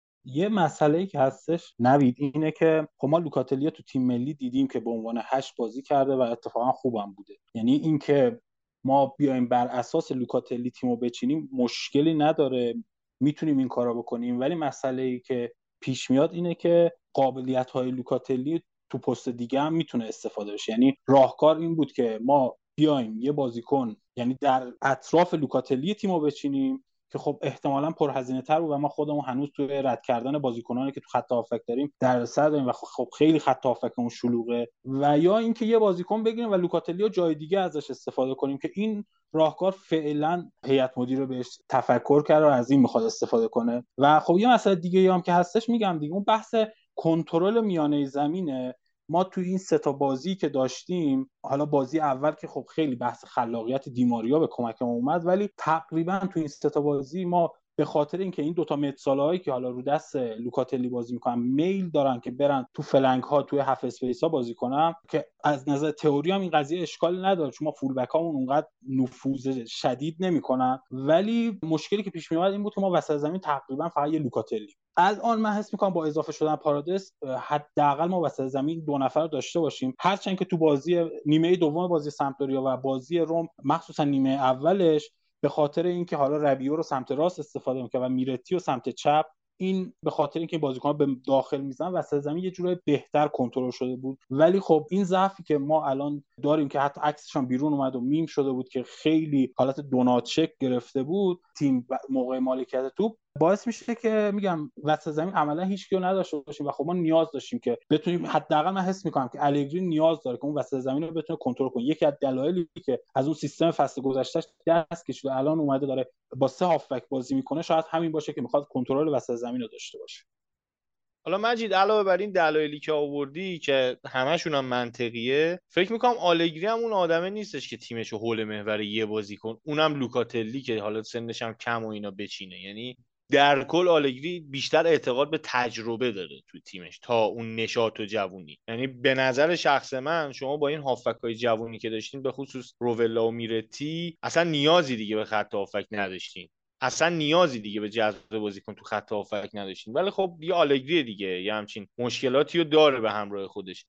S5: یه مسئله‌ای که هستش نوید اینه که خب ما لوکاتلی تو تیم ملی دیدیم که به عنوان هشت بازی کرده و اتفاقا خوبم بوده. یعنی اینکه ما بیایم بر اساس لوکاتلی تیمو بچینیم مشکلی نداره، میتونیم این کارو بکنیم. ولی مسئله‌ای که پیش میاد اینه که قابلیت‌های لوکاتلی تو پست دیگه هم میتونه استفاده بشه. یعنی راهکار این بود که ما بیایم یه بازیکن، یعنی در اطراف لوکاتلی تیمو بچینیم که خب احتمالاً پرهزینه تر بود و ما خودمون هنوز توی رد کردن بازیکنانی که تو خط هافک داریم دردسر داریم و خب خیلی خط هافکمون شلوغه، و یا اینکه یه بازیکن بگیریم و لوکاتلی رو جای دیگه ازش استفاده کنیم که این راهکار فعلا هیئت مدیره بهش تفکر کرده و از این میخواد استفاده کنه. و خب یه مسئله دیگه هم که هستش میگم دیگه، اون بحث کنترل میانه زمینه. ما تو این سه تا بازی که داشتیم، حالا بازی اول که خب خیلی بحث خلاقیت دیماریا به کمکمون اومد، ولی تقریبا تو این سه تا بازی ما به خاطر اینکه این دوتا متسالهایی که حالا رو دست لوکاتلی بازی میکنن میل دارن که برن تو فلنگ ها توی هاف اسپیس ها بازی کنن، که از نظر تئوری هم این قضیه اشکال نداره چون ما فول بک هامون اونقدر نفوذ شدید نمیکنن، ولی مشکلی که پیش میاد این بود که ما وسط زمین تقریبا فقط یه لوکاتلی. الان من حس میکنم با اضافه شدن پارادیس حداقل ما وسط زمین دو نفر رو داشته باشیم، هرچند که تو بازی نیمه دوم بازی سمپدوریا و بازی روم مخصوصا نیمه اولش به خاطر اینکه حالا ربیو رو سمت راست استفاده می‌کنه و میرتی رو سمت چپ، این به خاطر اینکه بازیکن‌ها به داخل میزنن وسط زمین یه جورای بهتر کنترل شده بود. ولی خب این ضعفی که ما الان داریم که حتی عکسش هم بیرون اومد و میم شده بود که خیلی حالت دوناتچک گرفته بود تیم موقع مالکیت توپ، باعث میشه که میگم وسط زمین عملا هیچ کیو نداشته باشیم و خب ما نیاز داشتیم که بتونیم، حداقل من حس میکنم که الگری نیاز داره که اون وسط زمین رو بتونه کنترل کنه. یکی از دلایلی که از اون سیستم فصل گذشتهش دست کشیده الان اومده داره با سه هافبک بازی میکنه، شاید همین باشه که میخواد کنترل وسط زمین رو داشته باشه.
S6: حالا مجید علاوه بر این دلایلی که آوردی که همشون هم منطقیه، فکر میکنم آلگری هم اون آدمه نیستش که تیمشو حول محور یه بازیکن، اونم لوکاتلی که حالا سنش هم کم و اینا بچینه. یعنی در کل آلگری بیشتر اعتقاد به تجربه داره تو تیمش تا اون نشاط و جوونی. یعنی به نظر شخص من شما با این هافکای جوونی که داشتین، به خصوص روولا و میرتی، اصلا نیازی دیگه به خط هافک نداشتین، اصلا نیازی دیگه به جذب بازیکن تو خط هافک نداشتین. ولی خب یه آلگری دیگه یه همچین مشکلاتی رو داره به همراه خودش.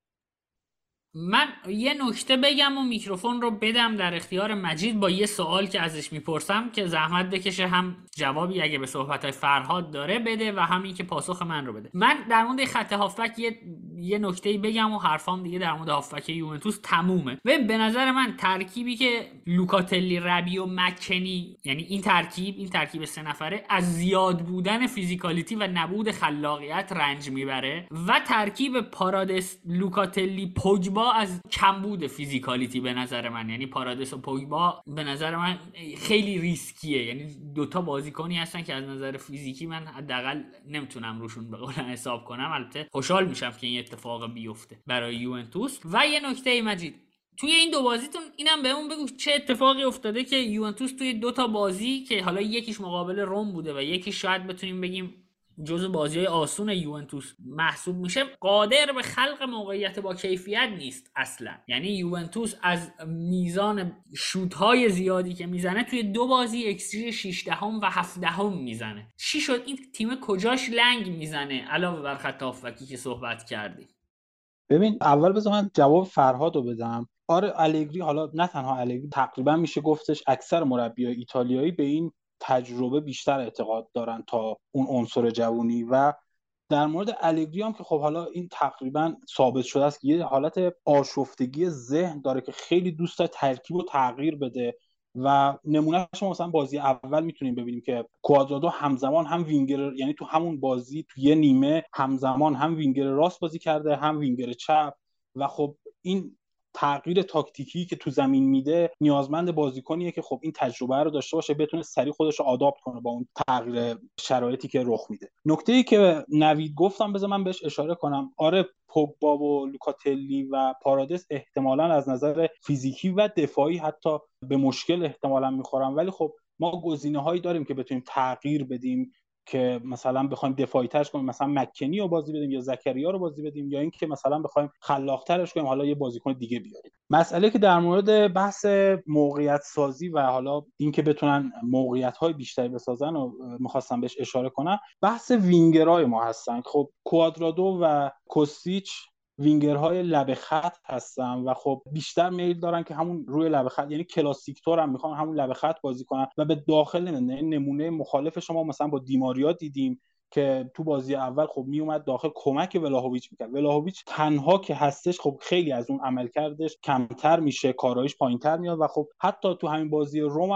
S1: من یه نکته بگم و میکروفون رو بدم در اختیار مجید با یه سوال که ازش میپرسم که زحمت بکشه هم جوابی اگه به صحبت‌های فرهاد داره بده و همین که پاسخ من رو بده. من در مورد خط هافبک یه یه نکته‌ای بگم و حرفام دیگه در مورد هافبک یوونتوس تمومه. و به نظر من ترکیبی که لوکاتلی، ربیو، مکنی، یعنی این ترکیب این ترکیب سه نفره از زیاد بودن فیزیکالیتی و نبود خلاقیت رنج میبره، و ترکیب پارادیس، لوکاتلی، پوگبا از کمبود فیزیکالیتی به نظر من. یعنی پارادیس و پوگبا به نظر من خیلی ریسکیه، یعنی دوتا بازیکنی هستن که از نظر فیزیکی من حداقل نمیتونم روشون به قول حساب کنم. البته خوشحال میشم که این اتفاق بیفته برای یوونتوس. و یه نکته مجید توی این دو بازیتون اینم بهمون بگو چه اتفاقی افتاده که یوونتوس توی دو تا بازی که حالا یکیش مقابل روم بوده و یکیش شاید بتونیم بگیم جزو بازی‌های آسون یوونتوس محسوب میشه، قادر به خلق موقعیت با کیفیت نیست اصلا. یعنی یوونتوس از میزان شوت‌های زیادی که میزنه توی دو بازی ایکس جی شش دهم و هفت دهم میزنه. چی شد این تیم کجاش لنگ میزنه علاوه بر خط هافبکی که صحبت کردیم؟
S5: ببین اول بذار من جواب فرهاد رو بدم. آره الگری، حالا نه تنها الگری، تقریبا میشه گفتش اکثر مربیای ایتالیایی به این تجربه بیشتر اعتقاد دارن تا اون عنصر جوونی. و در مورد الگری هم که خب حالا این تقریبا ثابت شده است که یه حالت آشفتگی ذهن داره که خیلی دوست داره ترکیب و تغییر بده و نمونهش ما مثلا بازی اول میتونیم ببینیم که کوادرادو همزمان هم وینگر، یعنی تو همون بازی تو یه نیمه همزمان هم وینگر راست بازی کرده هم وینگر چپ، و خب این تغییر تاکتیکی که تو زمین میده نیازمند بازیکنیه که خب این تجربه رو داشته باشه، بتونه سریع خودش رو آداپت کنه با اون تغییر شرایطی که رخ میده. نکته‌ای که نوید گفتم بذار من بهش اشاره کنم. آره پوگبا و لوکاتلی و پارادیس احتمالاً از نظر فیزیکی و دفاعی حتی به مشکل احتمالاً میخورن، ولی خب ما گزینه‌هایی داریم که بتونیم تغییر بدیم که مثلا بخوایم دفاعی ترش کنیم، مثلا مکنی رو بازی بدیم یا زکریا رو بازی بدیم، یا اینکه مثلا بخوایم خلاق ترش کنیم حالا یه بازیکن دیگه بیاریم. مسئله که در مورد بحث موقعیت سازی و حالا اینکه بتونن موقعیت های بیشتری بسازن و می‌خواستم بهش اشاره کنم، بحث وینگرهای ما هستن. خب کوادرادو و کوستیچ وینگرهای لبه خط هستن و خب بیشتر میل دارن که همون روی لبه خط، یعنی کلاسیک تور هم میخوان همون لبه خط بازی کنن و به داخل نمیدن. نمونه مخالف شما مثلا با دیماریا دیدیم که تو بازی اول خب میومد داخل کمک ولاهویچ میکرد. ولاهویچ تنها که هستش خب خیلی از اون عملکردش کمتر میشه، کارایش پایینتر میاد و خب حتی تو همین بازی روم هم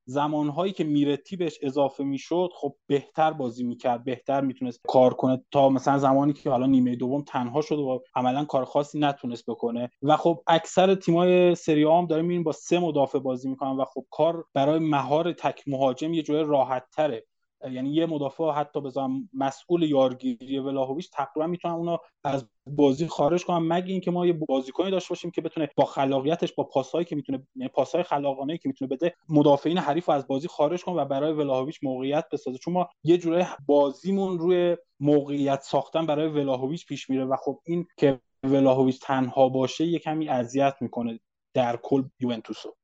S5: زمانهایی که میرتی بهش اضافه میشد خب بهتر بازی میکرد، بهتر میتونست کار کنه، تا مثلا زمانی که حالا نیمه دوم تنها شد و عملا کار خاصی نتونست بکنه. و خب اکثر تیمای سری آ هم داره میبینیم با سه مدافع بازی میکنن و خب کار برای مهار تک مهاجم یه جوری راحت تره. یعنی یه مدافع حتی بذارم مسئول یارگیری ولاهویچ تقریبا میتونن اونو از بازی خارج کنن، مگه اینکه ما یه بازیکنی داشته باشیم که بتونه با خلاقیتش، با پاسایی که میتونه، پاسای خلاقانه‌ای که میتونه بده، مدافعین حریف رو از بازی خارج کنه و برای ولاهویچ موقعیت بسازه. چون ما یه جوری بازیمون روی موقعیت ساختن برای ولاهویچ پیش میره و خب این که ولاهویچ تنها باشه یه کمی اذیت میکنه در کل یوونتوسو.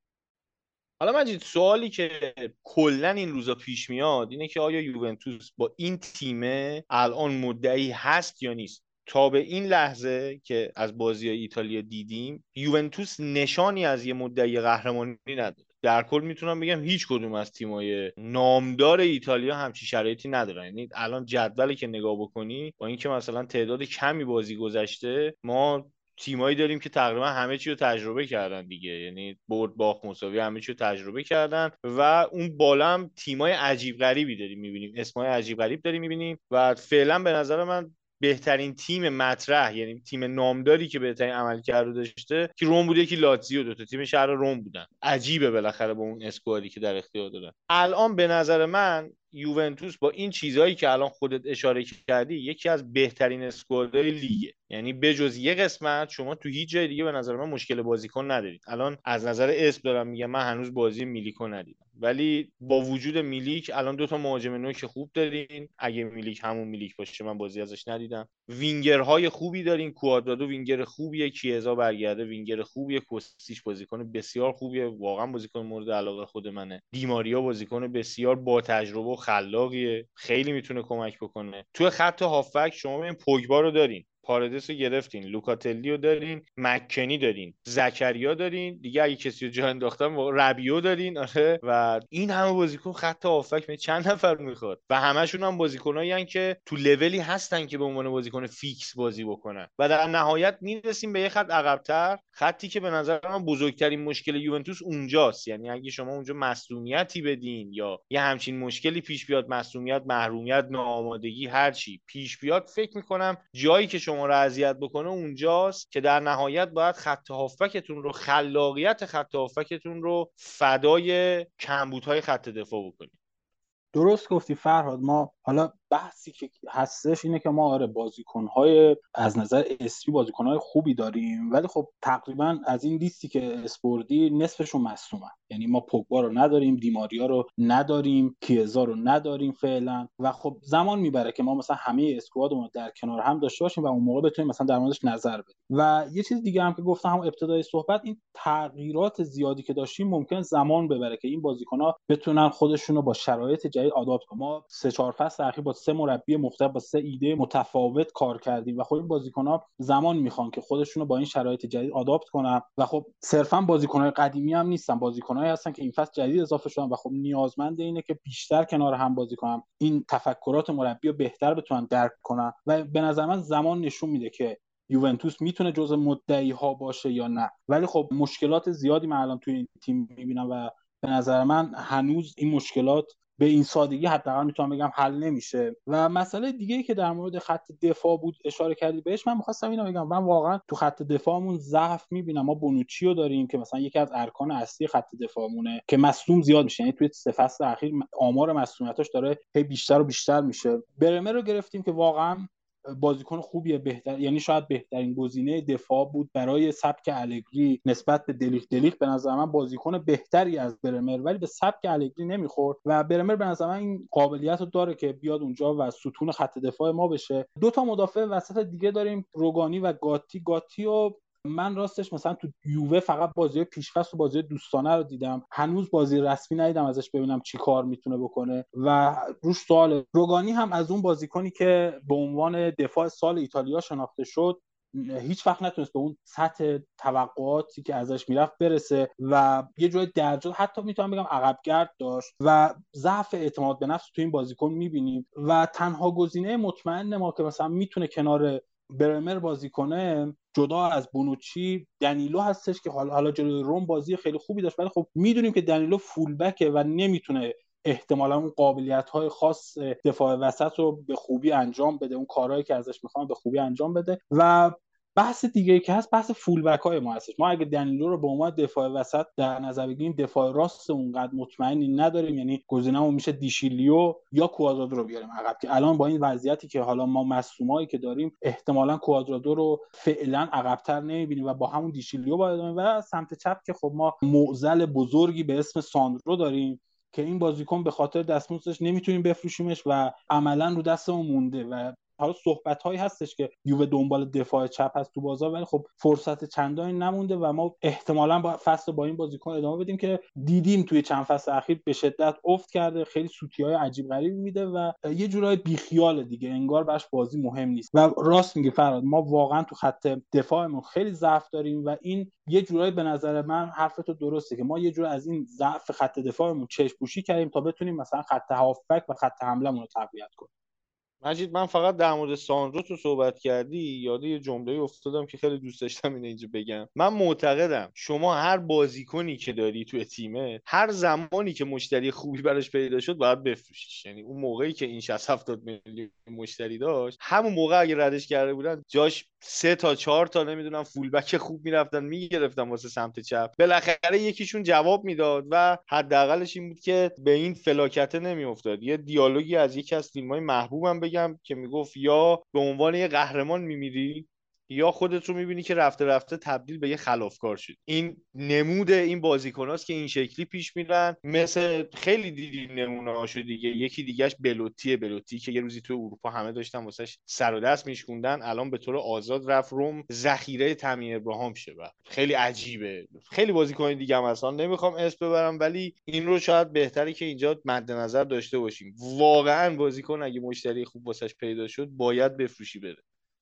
S6: حالا مجید، سوالی که کلا این روزا پیش میاد اینه که آیا یوونتوس با این تیمه الان مدعی هست یا نیست؟ تا به این لحظه که از بازی‌های ایتالیا دیدیم یوونتوس نشانی از یه مدعی قهرمانی نداره. در کل میتونم بگم هیچ کدوم از تیم‌های نامدار ایتالیا همچین شرایطی ندارن. یعنی الان جدولی که نگاه بکنی، با اینکه مثلا تعداد کمی بازی گذشته، ما تیمایی داریم که تقریبا همه چی رو تجربه کردن دیگه. یعنی برد باخت مساوی همه چی رو تجربه کردن و اون بالا هم تیمای عجیب غریبی داریم میبینیم، اسمای عجیب غریب داریم میبینیم و فعلا به نظر من بهترین تیم مطرح، یعنی تیم نامداری که بهترین عملکرد رو داشته که روم بوده، که لاتزیو، دو تا تیم شهر روم بودن. عجیبه بالاخره با اون اسکوادی که در اختیار دارن. الان به نظر من یوونتوس با این چیزهایی که الان خودت اشاره کردی یکی از بهترین اسکوادهای لیگه. یعنی بجز یه قسمت شما تو هیچ جای دیگه به نظر من مشکل بازیکن ندارید. الان از نظر اسم دارم میگم، من هنوز بازی میلیکو ندیدم، ولی با وجود میلیک الان دو تا مهاجم نوک خوب دارین. اگه میلیک همون میلیک باشه، من بازی ازش ندیدم. وینگرهای خوبی دارین، کوادرادو وینگر خوبیه، کیزا برگرده وینگر خوبیه، کوستیچ بازیکن بسیار خوبیه، واقعا بازیکن مورد علاقه خود منه. دیماریا بازیکن بسیار با تجربه و خلاقیه، خیلی میتونه کمک بکنه. تو خط هافبک شما ببین پوگبا رو دارین، پارادیس رو گرفتین، لوکاتلی رو دارین، مکنی دارین، زکریا دارین، دیگه اگه کسی رو جا انداختم ربیو دارین. آره، و این همه بازیکن خط هافبک چند نفر میخواد و همشون هم بازیکنایی ان که تو لولی هستن که به عنوان بازیکن فیکس بازی بکنن. و در نهایت میرسیم به یه خط عقب‌تر، خطی که به نظر من بزرگترین مشکل یوونتوس اونجاست. یعنی اگه شما اونجا مصدومیتی بدین یا یه همچین مشکلی پیش بیاد، مصدومیت، محرومیت، ناآمادگی، هر چی پیش بیاد، فکر میکنم جایی که شما رو اذیت بکنه اونجاست که در نهایت باید خط هافبکتون رو، خلاقیت خط هافبکتون رو فدای کمبودهای خط دفاع بکنید.
S5: درست گفتی فرهاد. ما حالا بحثی که هستش اینه که ما آره بازیکن‌های از نظر اسمی بازیکن‌های خوبی داریم، ولی خب تقریبا از این لیستی که اسپوردی نصفشون مصدومن. یعنی ما پوگبا رو نداریم، دیماریا رو نداریم، کیزا رو نداریم فعلا و خب زمان میبره که ما مثلا همه اسکوادمون رو در کنار هم داشته باشیم و اون موقع بتونیم مثلا در موردش نظر بدیم. و یه چیز دیگه هم که گفتم هم ابتدای صحبت، این تغییرات زیادی که داشتیم ممکن زمان ببره که این بازیکن‌ها بتونن خودشون رو با شرایط جدید آداپت کنن. ما سه چهار فصل اخیر با سه مربی مختلف، با سه ایده متفاوت کار کردیم و خب این بازیکن‌ها زمان میخوان که خودشون رو با این شرایط جدید آداپت کنن و خب صرفا بازیکن‌های قدیمی هم نیستن، بازیکن‌هایی هستن که این فصل جدید اضافه شدن و خب نیازمند اینه که بیشتر کنار هم بازی کنن، این تفکرات مربی رو بهتر بتونن درک کنن و به نظر من زمان نشون میده که یوونتوس میتونه جزء مدعی ها باشه یا نه. ولی خب مشکلات زیادی من الان توی این تیم میبینم و به نظر من هنوز این مشکلات به این سادگی حداقل میتونم بگم حل نمیشه. و مسئله دیگه‌ای که در مورد خط دفاع بود اشاره کردی بهش، من می‌خواستم اینو بگم، من واقعا تو خط دفاعمون ضعف میبینم. ما بونوچی رو داریم که مثلا یکی از ارکان اصلی خط دفاعمونه که مصدوم زیاد میشه، یعنی توی سه فصل اخیر آمار مصدومیتاش داره هی بیشتر و بیشتر میشه. برمر رو گرفتیم که واقعا بازیکن خوبیه، بهتر، یعنی شاید بهترین گزینه دفاع بود برای سبک الگری نسبت به دلیخ. دلیخ به نظر من بازیکن بهتری از برمر ولی به سبک الگری نمیخورد و برمر به نظر من این قابلیت رو داره که بیاد اونجا و ستون خط دفاع ما بشه. دو تا مدافع وسط دیگه داریم، روگانی و گاتی. گاتی و من راستش مثلا تو یووه فقط بازی پیش‌فصل و بازی دوستانه رو دیدم، هنوز بازی رسمی ندیدم ازش ببینم چی کار میتونه بکنه و روش سواله. روگانی هم از اون بازیکنی که به عنوان دفاع سال ایتالیا شناخته شد هیچ وقت نتونست به اون سطح توقعاتی که ازش میرفت برسه و یه جای درجا حتی میتونم بگم عقبگرد داشت و ضعف اعتماد به نفس تو این بازیکن میبینیم و تنها گزینه مطمئن ما که مثلا میتونه کنار برمر بازی کنه، جدا از بونوچی دنیلو هستش که حالا حالا جلوی روم بازی خیلی خوبی داشت، ولی خب میدونیم که دنیلو فولبکه و نمیتونه احتمالاً اون قابلیت‌های خاص دفاع وسط رو به خوبی انجام بده، اون کارهایی که ازش میخوان به خوبی انجام بده. و بحث دیگه‌ای که هست بحث فولبک های ما هستش. ما اگه دنیلو رو به عنوان دفاع وسط در نظر بگیریم، دفاع راست اونقدر مطمئنی نداریم، یعنی گزینه‌مون میشه دیشیلیو یا کوادرادو رو بیاریم عقب، که الان با این وضعیتی که حالا ما مصدومایی که داریم احتمالاً کوادرادو رو فعلا عقب‌تر نمی‌بینیم و با همون دیشیلیو باید ادامه. و سمت چپ که خب ما معضل بزرگی به اسم ساندرو داریم که این بازیکن به خاطر دستمزدش نمیتونیم بفروشیمش و عملاً رو دستمون مونده و حالا صحبت‌هایی هستش که یووه دنبال دفاع چپ هست تو بازار، ولی خب فرصت چندانی نمونده و ما احتمالاً با فصل با این بازیکن ادامه بدیم که دیدیم توی چند فصل اخیر به شدت افت کرده، خیلی سوتی‌های عجیب غریبی میده و یه جورای بیخیال دیگه، انگار براش بازی مهم نیست. و راست میگه فراد، ما واقعا تو خط دفاعمون خیلی ضعف داریم و این یه جورایی به نظر من حرفتو درسته که ما یه جور از این ضعف خط دفاعمون چشم پوشی کردیم تا بتونیم مثلا خط هافبک و خط حملهمون رو تقویت کنیم.
S6: مجید، من فقط در مورد ساندرو تو صحبت کردی یاد یه جمله افتادم که خیلی دوست داشتم اینو اینجا بگم. من معتقدم شما هر بازیکنی که داری توی تیمه، هر زمانی که مشتری خوبی براش پیدا شد باید بفروشیش. یعنی اون موقعی که این شصت هفتاد میلیون مشتری داشت، همون موقع اگه ردش کرده بودن جاش سه تا چهار تا نمیدونم فولبک خوب میرفتن میگرفتن واسه سمت چپ، بالاخره یکیشون جواب میداد و حداقلش این بود که به این فلاکته نمیافتاد. یه دیالوگی از یکی از فیلم‌های محبوبم بگم که میگفت یا به عنوان یه قهرمان میمیری یا خودت رو میبینی که رفته رفته تبدیل به یه خلافکار شد. این نمود این بازیکناست که این شکلی پیش میرن. مثل خیلی دیدیم نمونه هاشو دیگه. یکی دیگهش بلوتیه بلوتی که یه روزی تو اروپا همه داشتن واسش سر و دست میشکوندن، الان به طور آزاد رفت روم ذخیره تامی ابراهام شه. خیلی عجیبه. خیلی بازیکن دیگه هم اصلا نمیخوام اسم ببرم، ولی این رو شاید بهتره که اینجا مد نظر داشته باشیم. واقعا بازیکن اگه مشتری خوب واسش پیدا شد باید بفروشی بره.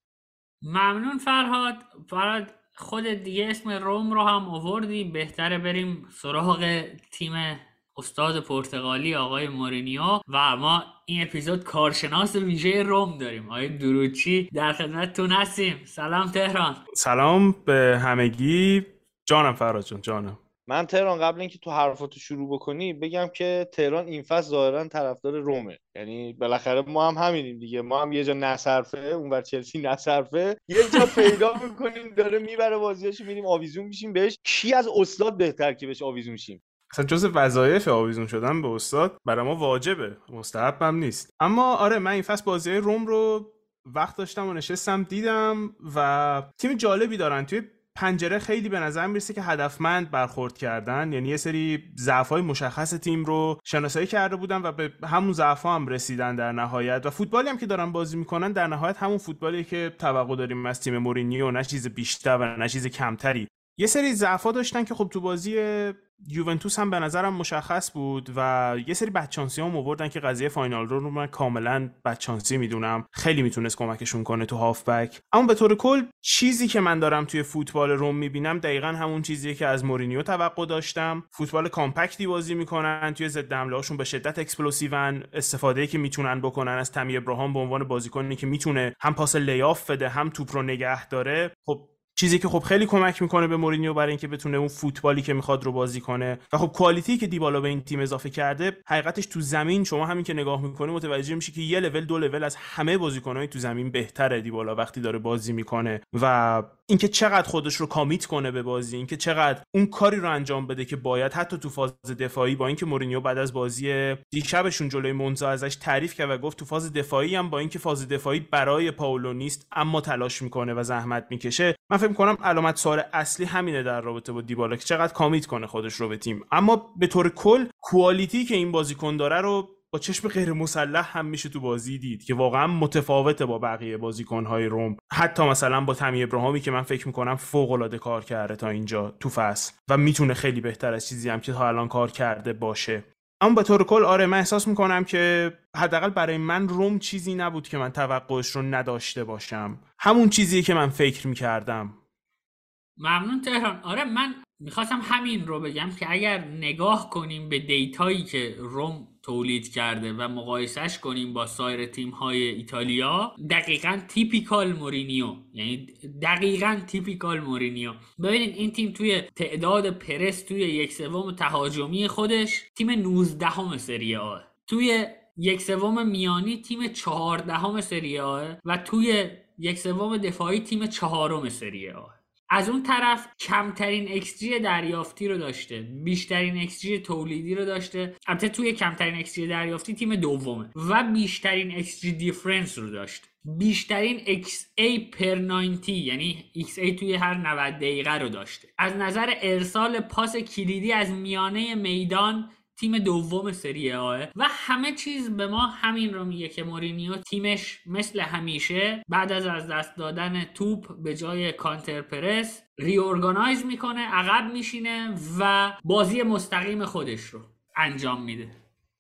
S1: ممنون فرهاد. فرهاد خودت دیگه اسم روم رو هم آوردی، بهتره بریم سراغ تیم استاد پرتغالی آقای مورینیو و ما این اپیزود کارشناس ویژه روم داریم، آقای دروچی در خدمتتون هستیم. سلام تهران.
S7: سلام به همگی. جانم فرهاد جان. جانم.
S6: من تهران قبل اینکه تو حرفاتو شروع بکنی بگم که تهران این فصل ظاهرا طرفدار رومه. یعنی بالاخره ما هم همینیم دیگه، ما هم یه جا نصرفه اونور چلسی نصرفه، یه جا پیدا میکنیم داره میبره بازیاشو میریم آویزون میشیم بهش. کی از استاد بهتر که بهش آویزون میشیم؟
S7: اصلا جز وظایف آویزون شدن به استاد برای ما واجبه، مستحب هم نیست. اما آره، من این فصل بازی روم رو وقت داشتم و نشستم دیدم و تیم جالبی دارن. توی پنجره خیلی به نظر میرسه که هدفمند برخورد کردن، یعنی یه سری ضعف‌های مشخص تیم رو شناسایی کرده بودن و به همون ضعف‌ها هم رسیدن در نهایت. و فوتبالی هم که دارن بازی میکنن در نهایت همون فوتبالی که توقع داریم از تیم مورینیو، نه چیز بیشتر و نه چیز کمتری. یه سری ضعف‌ها داشتن که خب تو بازی یوونتوس هم به نظرم مشخص بود و یه سری بدشانسی هم آوردن که قضیه فاینال رو من کاملا بدشانسی میدونم، خیلی میتونست کمکشون کنه تو هافبک. اما به طور کل چیزی که من دارم توی فوتبال روم میبینم دقیقاً همون چیزیه که از مورینیو توقع داشتم. فوتبال کامپکتی بازی میکنن، توی ضد حمله‌هاشون به شدت اکسپلوسیون، استفاده که میتونن بکنن از تامی ابراهام به عنوان بازیکنی که میتونه هم پاس لیاف بده هم توپ رو نگه داره. خب چیزی که خب خیلی کمک میکنه به مورینیو برای اینکه بتونه اون فوتبالی که میخواد رو بازی کنه. و خب کوالیتی که دیبالا به این تیم اضافه کرده، حقیقتش تو زمین شما همین که نگاه میکنی متوجه میشی که یه لول دو لول از همه بازیکنای تو زمین بهتره دیبالا وقتی داره بازی میکنه و اینکه چقدر خودش رو کامیت کنه به بازی، اینکه چقدر اون کاری رو انجام بده که باید حتی تو فاز دفاعی. با اینکه مورینیو بعد از بازی دیشبشون جلوی مونزا ازش تعریف کرد و گفت تو فاز دفاعی هم با اینکه فاز دفاعی برای پائولو نیست اما تلاش میکنه و زحمت میکشه. من فکر می‌کنم علامت سوال اصلی همینه در رابطه با دیبالا که چقدر کامیت کنه خودش رو به تیم. اما به طور کل کوالیتی که این بازیکن داره رو با چشم غیر مسلح هم میشه تو بازی دید که واقعا متفاوته با بقیه بازیکن‌های روم، حتی مثلا با تامی ابراهامی که من فکر می‌کنم فوق‌العاده کار کرده تا اینجا تو فصل و میتونه خیلی بهتر از چیزی هم که تا الان کار کرده باشه. اما به طور کل آره، من احساس میکنم که حداقل برای من روم چیزی نبود که من توقعش رو نداشته باشم، همون چیزی که من فکر میکردم.
S1: ممنون تهران. آره من میخواستم همین رو بگم که اگر نگاه کنیم به دیتایی که روم تولید کرده و مقایسهش کنیم با سایر تیم‌های ایتالیا، دقیقاً تیپیکال مورینیو، یعنی دقیقاً تیپیکال مورینیو. ببینید این تیم توی تعداد پرس توی یک سوم تهاجمی خودش تیم نوزدهم سری آ، توی یک سوم میانی تیم چهاردهم سری آ و توی یک سوم دفاعی تیم چهارم سری آ. از اون طرف کمترین ایکس جی دریافتی رو داشته، بیشترین ایکس جی تولیدی رو داشته. البته توی کمترین ایکس جی دریافتی تیم دومه و بیشترین ایکس جی دیفرنس رو داشته، بیشترین ایکس ای پر نود، یعنی ایکس ای توی هر نود دقیقه رو داشته. از نظر ارسال پاس کلیدی از میانه میدان تیم دوم سری آ و همه چیز به ما همین رو میگه که مورینیو تیمش مثل همیشه بعد از از دست دادن توپ به جای کانتر پرس ری ارگانایز میکنه، عقب میشینه و بازی مستقیم خودش رو انجام میده.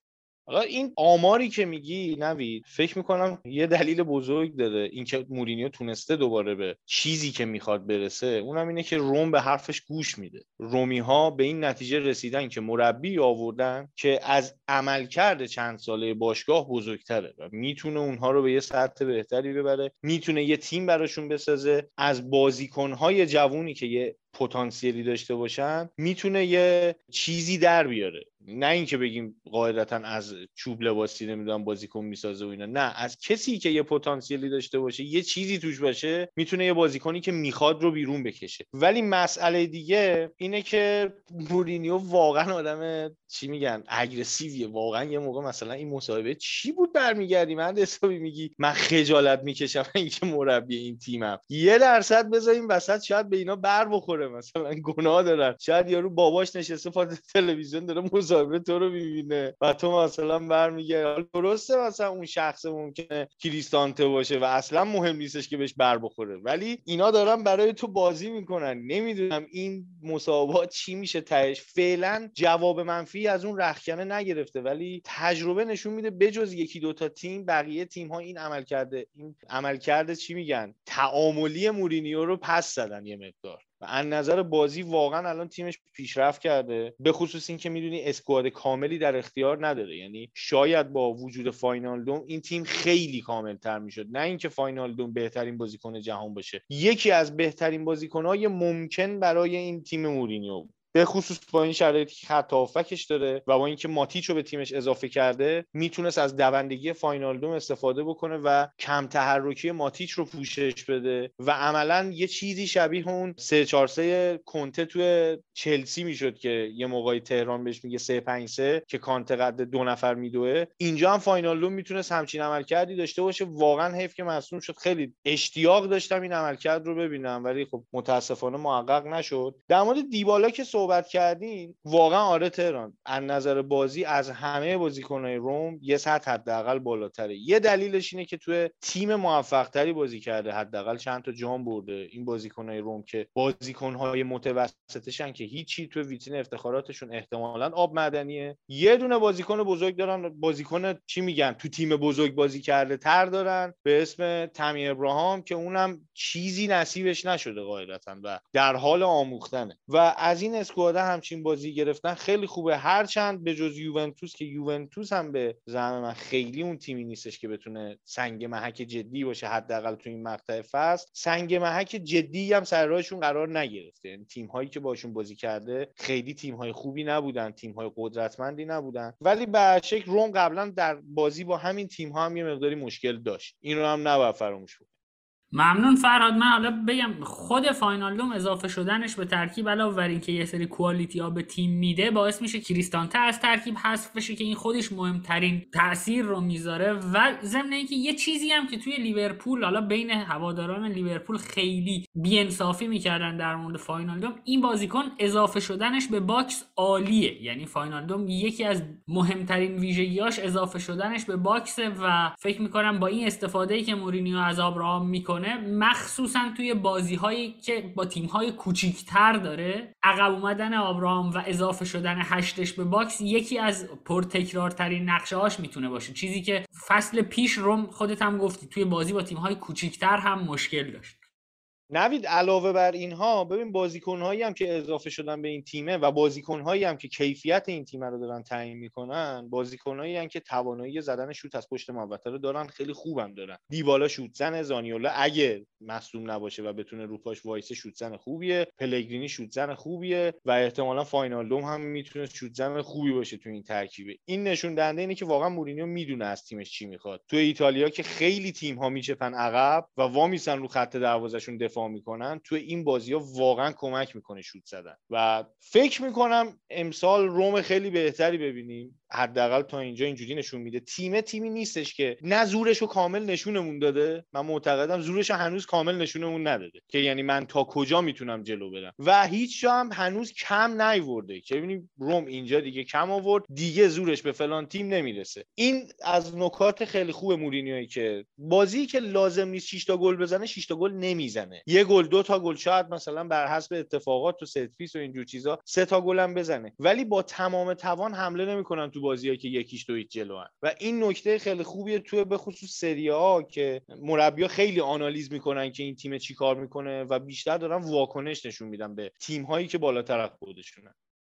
S6: آقا این آماری که میگی نوید فکر میکنم یه دلیل بزرگ داره اینکه مورینیو تونسته دوباره به چیزی که میخواد برسه، اونم اینه که روم به حرفش گوش میده. رومی ها به این نتیجه رسیدن که مربی آوردن که از عملکرد چند ساله باشگاه بزرگتره و میتونه اونها رو به یه سطح بهتری ببره، میتونه یه تیم براشون بسازه، از بازیکنهای جوونی که یه پتانسیلی داشته باشن میتونه یه چیزی در بیاره. نه اینکه بگیم قاعدتا از چوب لباسی نمیدونم بازیکن میسازه و اینا، نه، از کسی که یه پتانسیلی داشته باشه، یه چیزی توش باشه، میتونه یه بازیکنی که میخواد رو بیرون بکشه. ولی مسئله دیگه اینه که مورینیو واقعا آدم چی میگن اگریسیویه. واقعا یه موقع مثلا این مصاحبه چی بود برمیگردی من حسابی میگی من خجالت میکشم اینکه مربی این تیمم. یه درصد بذاریم وسط شاید به اینا بر بخوره، مثلا گناه دارن، شاید یارو باباش نشسته پای تلویزیون داره مصاحبه تو رو میبینه و تو مثلا برمیگردی. درسته مثلا اون شخص ممکنه کریستانته باشه و اصلا مهم نیستش که بهش بر بخوره، ولی اینا دارن برای تو بازی میکنن. نمیدونم این مصاحبات چی میشه تهش. فعلا جواب منفی از اون رختکنه نگرفته، ولی تجربه نشون میده بجز یکی دوتا تیم بقیه تیم ها این عمل کرده این عمل کرده چی میگن تعاملی مورینیو رو پس زدن یه مقدار و از نظر بازی واقعا الان تیمش پیشرفت کرده. به خصوص این که میدونی اسکواد کاملی در اختیار نداره، یعنی شاید با وجود فاینالدوم این تیم خیلی کاملتر میشد. نه اینکه فاینالدوم بهترین بازیکن جهان باشه، یکی از بهترین بازیکنهای ممکن برای این تیم مورینیو، به خصوص با این شرایطی که خط هافکش داره و با اینکه ماتیچ رو به تیمش اضافه کرده میتونست از دوندگی فاینالدوم استفاده بکنه و کم تحرکی ماتیچ رو پوشش بده و عملاً یه چیزی شبیه اون سه چهار سه کنته توی چلسی میشد که یه موقعی تهران بهش میگه سه پنج سه که کانته قد دو نفر میدوه. اینجا هم فاینالدوم میتونست همچین عملکردی داشته باشه. واقعا حیف که مصدوم شد. خیلی اشتیاق داشتم این عملکرد رو ببینم ولی خب متاسفانه محقق نشد. در مورد دیبالا که صحبت کردین، واقعا آره تهران از نظر بازی از همه بازیکن‌های روم یه سطح حداقل بالاتره. یه دلیلش اینه که توی تیم موفق‌تری بازی کرده، حداقل چند تا جام برده. این بازیکن‌های روم که بازیکن‌های متوسطشن که هیچی توی ویترین افتخاراتشون احتمالاً آب معدنیه. یه دونه بازیکن بزرگ دارن، بازیکن چی میگن تو تیم بزرگ بازی کرده تر دارن به اسم تامی ابراهام که اونم چیزی نصیبش نشده قاعدتاً و در حال آموختنه و از این اسکواده همچین بازی گرفتن خیلی خوبه. هرچند به جز یوونتوس که یوونتوس هم به زعم من خیلی اون تیمی نیستش که بتونه سنگ محک جدی باشه، حداقل تو این مقطع فصل سنگ محک جدی هم سر راهشون قرار نگرفته. یعنی تیم هایی که باشون بازی کرده خیلی تیم های خوبی نبودن، تیم های قدرتمندی نبودن، ولی به شکل روم قبلا در بازی با همین تیم ها هم یه مقداری مشکل داشت. این رو هم نباید فراموش کنیم.
S1: ممنون فرهاد. من حالا بگم خود فاینالدوم اضافه شدنش به ترکیب علاوه بر اینکه یه سری کوالیتی ها به تیم میده باعث میشه کریستانته از ترکیب حذف بشه که این خودش مهمترین تأثیر رو میذاره و ضمن اینکه یه چیزی هم که توی لیورپول حالا بین هواداران لیورپول خیلی بی‌انصافی میکردن در مورد فاینالدوم، این بازیکن اضافه شدنش به باکس عالیه. یعنی فاینالدوم یکی از مهمترین ویژگیاش اضافه شدنش به باکس و فکر میکنم با این استفاده‌ای که مورینیو از آبراهام میکنه مخصوصا توی بازی‌هایی که با تیم‌های کوچیک‌تر داره، عقب اومدن آبراهام و اضافه شدن هشتش به باکس یکی از پرتکرارترین نقشه‌هاش میتونه باشه، چیزی که فصل پیش روم خودت هم گفتی توی بازی با تیم‌های کوچیک‌تر هم مشکل داشت.
S6: نوید علاوه بر اینها ببین بازیکن‌هایی هم که اضافه شدن به این تیمه و بازیکن‌هایی هم که کیفیت این تیم رو دارن تعیین میکنن، بازیکن‌هایی هم که توانایی زدن شوت از پشت محوطه رو دارن، خیلی خوبم دارن. دیبالا شوت زن، زانیولا اگه مصدوم نباشه و بتونه رو پاش وایسه شوت زن خوبیه، پلگرینی شوت زن خوبیه و احتمالاً فاینالدوم هم میتونه شوت زن خوبی باشه تو این ترکیبه. این نشون دهنده اینه که واقعا مورینیو میدونه از تیمش چی میخواد. تو ایتالیا که خیلی تیم‌ها میچپن عقب و وامیسن رو خط دروازه‌شون دفاع میکنن، تو این بازی‌ها واقعا کمک میکنه شوت زدن و فکر میکنم امسال روم خیلی بهتری ببینیم. حداقل تا اینجا اینجوری نشون میده تیم تیمی نیستش که نه زورشو کامل نشونمون داده، من معتقدم زورشو هنوز کامل نشونمون نداده که یعنی من تا کجا میتونم جلو برم و هیچ جا هم هنوز کم نیورده که ببینیم روم اینجا دیگه کم آورد، دیگه زورش به فلان تیم نمیرسه. این از نکات خیلی خوب مورینیویی که بازی که لازم نیست شش تا گل بزنه شش تا گل نمیزنه، یه گل دو تا گل شاید مثلا بر حسب اتفاقات تو ست پیس و اینجور چیزا سه تا گل هم بزنه، ولی با تمام توان حمله نمیکنن تو بازیایی که یکیش دو هیچ جلوان و این نکته خیلی خوبیه تو به خصوص سری آ که مربی‌ها خیلی آنالیز میکنن که این تیم چی کار میکنه و بیشتر دارن واکنش نشون میدن به تیم‌هایی که بالاتر از خودشونن.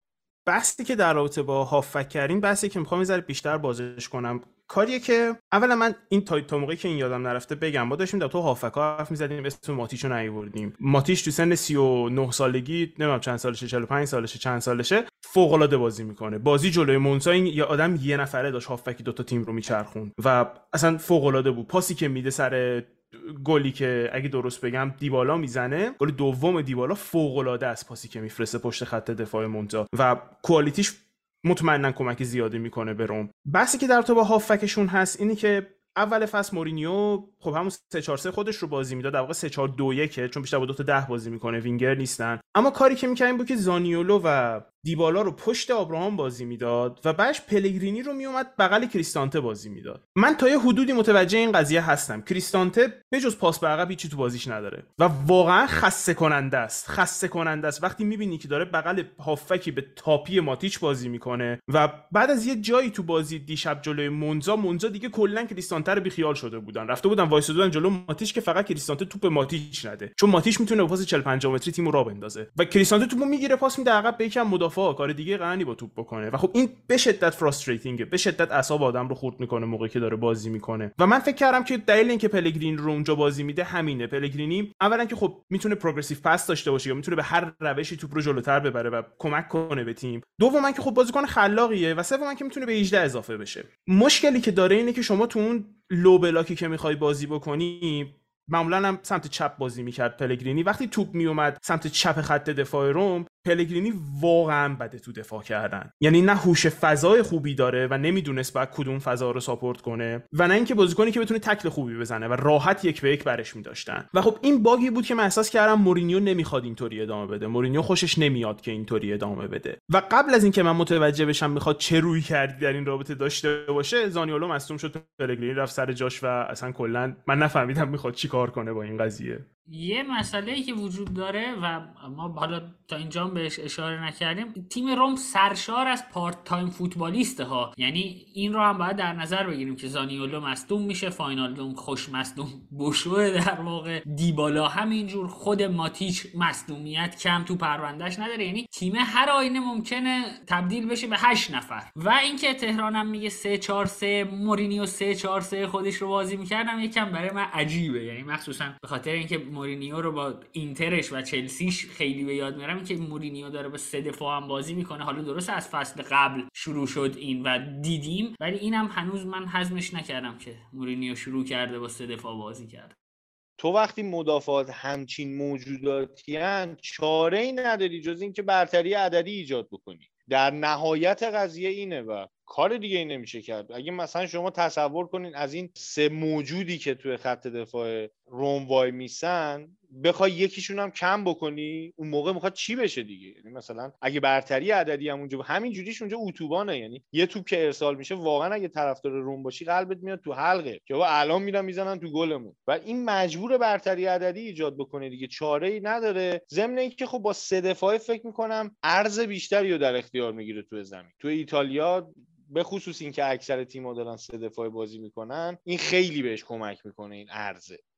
S7: بحثی که در رابطه با هافک کردیم بحثی که میخوام یه ذره بیشتر بازش کنم، کاریه که اولا من این تا تا موقعی که این یادم نرفته بگم، ما داشتیم در تو هافکا حرف می‌زدیم اسم ماتیچو نیاوردیم. ماتیچ تو سن سی و نه سالگی، نمیدونم چند سالشه، چهل و پنج سالشه، چند سالشه، فوق‌العاده بازی میکنه. بازی جلوی مونزا این یه آدم یه نفره داشت هافکی دو تا تیم رو میچرخون و اصلا فوق‌العاده بود. پاسی که میده سر گلی که اگه درست بگم دیبالا میزنه، گل دوم دیبالا فوق‌العاده است، پاسی که میفرسته پشت خط دفاع مونزا و کوالیتیش مطمئنا کمک زیادی میکنه به روم. بحثی که در تو با هافکشون هست اینی که اول فصل مورینیو خب همون سه چهار سه خودش رو بازی میداد، در واقع سه چهار دو یک چون بیشتر با دو تا ده بازی میکنه، وینگر نیستن. اما کاری که میکنه این بود که زانیولو و دیبالا رو پشت آبراهام بازی میداد و بعدش پلگرینی رو میومد بغل کریستانته بازی میداد. من تا یه حدودی متوجه این قضیه هستم. کریستانته به جز پاس به عقب هیچی تو بازیش نداره و واقعا خسته کننده است. خسته کننده است وقتی میبینی که داره بغل هافکی به تاپی ماتیچ بازی میکنه و بعد از یه جایی تو بازی دیشب جلوی مونزا مونزا دیگه کلا کریستانته رو بیخیال شده بودن، رفته بودن وایسادن جلو ماتیچ که فقط کریستانته توپ ماتیچ نده، چون ماتیچ میتونه با پاس چهل پنجاه متری تیمو راه بندازه و کریستانته توپو میگیره پاس میده عقب به یکم مدافع، کار دیگه قرنی با توپ بکنه و خب این به شدت فراستریتینگه، به شدت اعصاب آدم رو خورد میکنه موقعی که داره بازی میکنه. و من فکر کردم که دلیل اینکه پلگرینی رو اونجا بازی میده همینه. پلگرینی اولا که خب میتونه پروگرسیو پاس داشته باشه یا میتونه به هر روشی توپ رو جلوتر ببره و کمک کنه به تیم. دوما که خب بازیکن خلاقیه و سوما که میتونه به هجده اضافه بشه. مشکلی که داره اینه که شما تو اون لو بلاکی که میخوای بازی بکنی، معمولا هم سمت چپ بازی میکرد پلگرینی، وقتی توپ میومد سمت چپ خط دفاع روم پلگرینی واقعا بده تو دفاع کردن، یعنی نه هوش فضای خوبی داره و نمیدونست باید کدوم فضا رو ساپورت کنه و نه اینکه بازیکنی که بتونه تکل خوبی بزنه و راحت یک به یک برش می‌داشتن. و خب این باگی بود که من احساس کردم مورینیو نمیخواد اینطوری ادامه بده، مورینیو خوشش نمیاد که اینطوری ادامه بده. و قبل از اینکه من متوجه بشم میخواد چه روی کردی در این رابطه داشته باشه، زانیولو مصدوم شد، پلگرینی رفت سر جاش و اصلا کلا من نفهمیدم میخواد چیکار کنه با این قضیه.
S1: یه مسئله‌ای که وجود داره و ما حالا تا اینجا بهش اشاره نکردیم، تیم روم سرشار از پارت تایم فوتبالیسته ها، یعنی این رو هم باید در نظر بگیریم که زانیولو مصدوم میشه، فاینالدوم خوش مصدوم بشوه، در واقع دیبالا همینجور، خود ماتیچ مصدومیت کم تو پروندهش نداره، یعنی تیم هر آینه ممکنه تبدیل بشه به هشت نفر. و اینکه تهران هم میگه سه چهار سه، مورینیو سه چهار سه خودش رو بازی میکردم یکم برای من عجیبه، یعنی مخصوصا به خاطر اینکه مورینیو رو با اینترش و چلسیش خیلی به یاد میارم، که مورینیو داره با سه دفاع هم بازی میکنه. حالا درست از فصل قبل شروع شد این و دیدیم، ولی اینم هنوز من هضمش نکردم که مورینیو شروع کرده با سه دفاع بازی کرد.
S6: تو وقتی مدافعات همچین موجوداتیان چاره‌ای نداری جز این که برتری عددی ایجاد بکنی. در نهایت قضیه اینه و کار دیگه ای نمیشه کرد. اگه مثلا شما تصور کنین از این سه موجودی که توی خط دفاع روم وای میسن بخوای یکیشون هم کم بکنی، اون موقع میخواد چی بشه دیگه؟ یعنی مثلا اگه برتری عددی هم اونجا همین جوریش اونجا اتوبانه، یعنی یه توپ که ارسال میشه واقعا اگه طرفدار روم باشی قلبت میاد تو حلقه که با الان میرن میزنن تو گلمون و این مجبور برتری عددی ایجاد بکنه دیگه، چاره‌ای نداره. ضمن اینکه خب با سه دفاعه فکر میکنم عرض بیشتری رو در اختیار میگیره تو زمین. تو ایتالیا به خصوص این که اکثر تیم‌ها دارن سه دفاعه بازی میکنن، این خیلی بهش کمک میکنه این عرضه.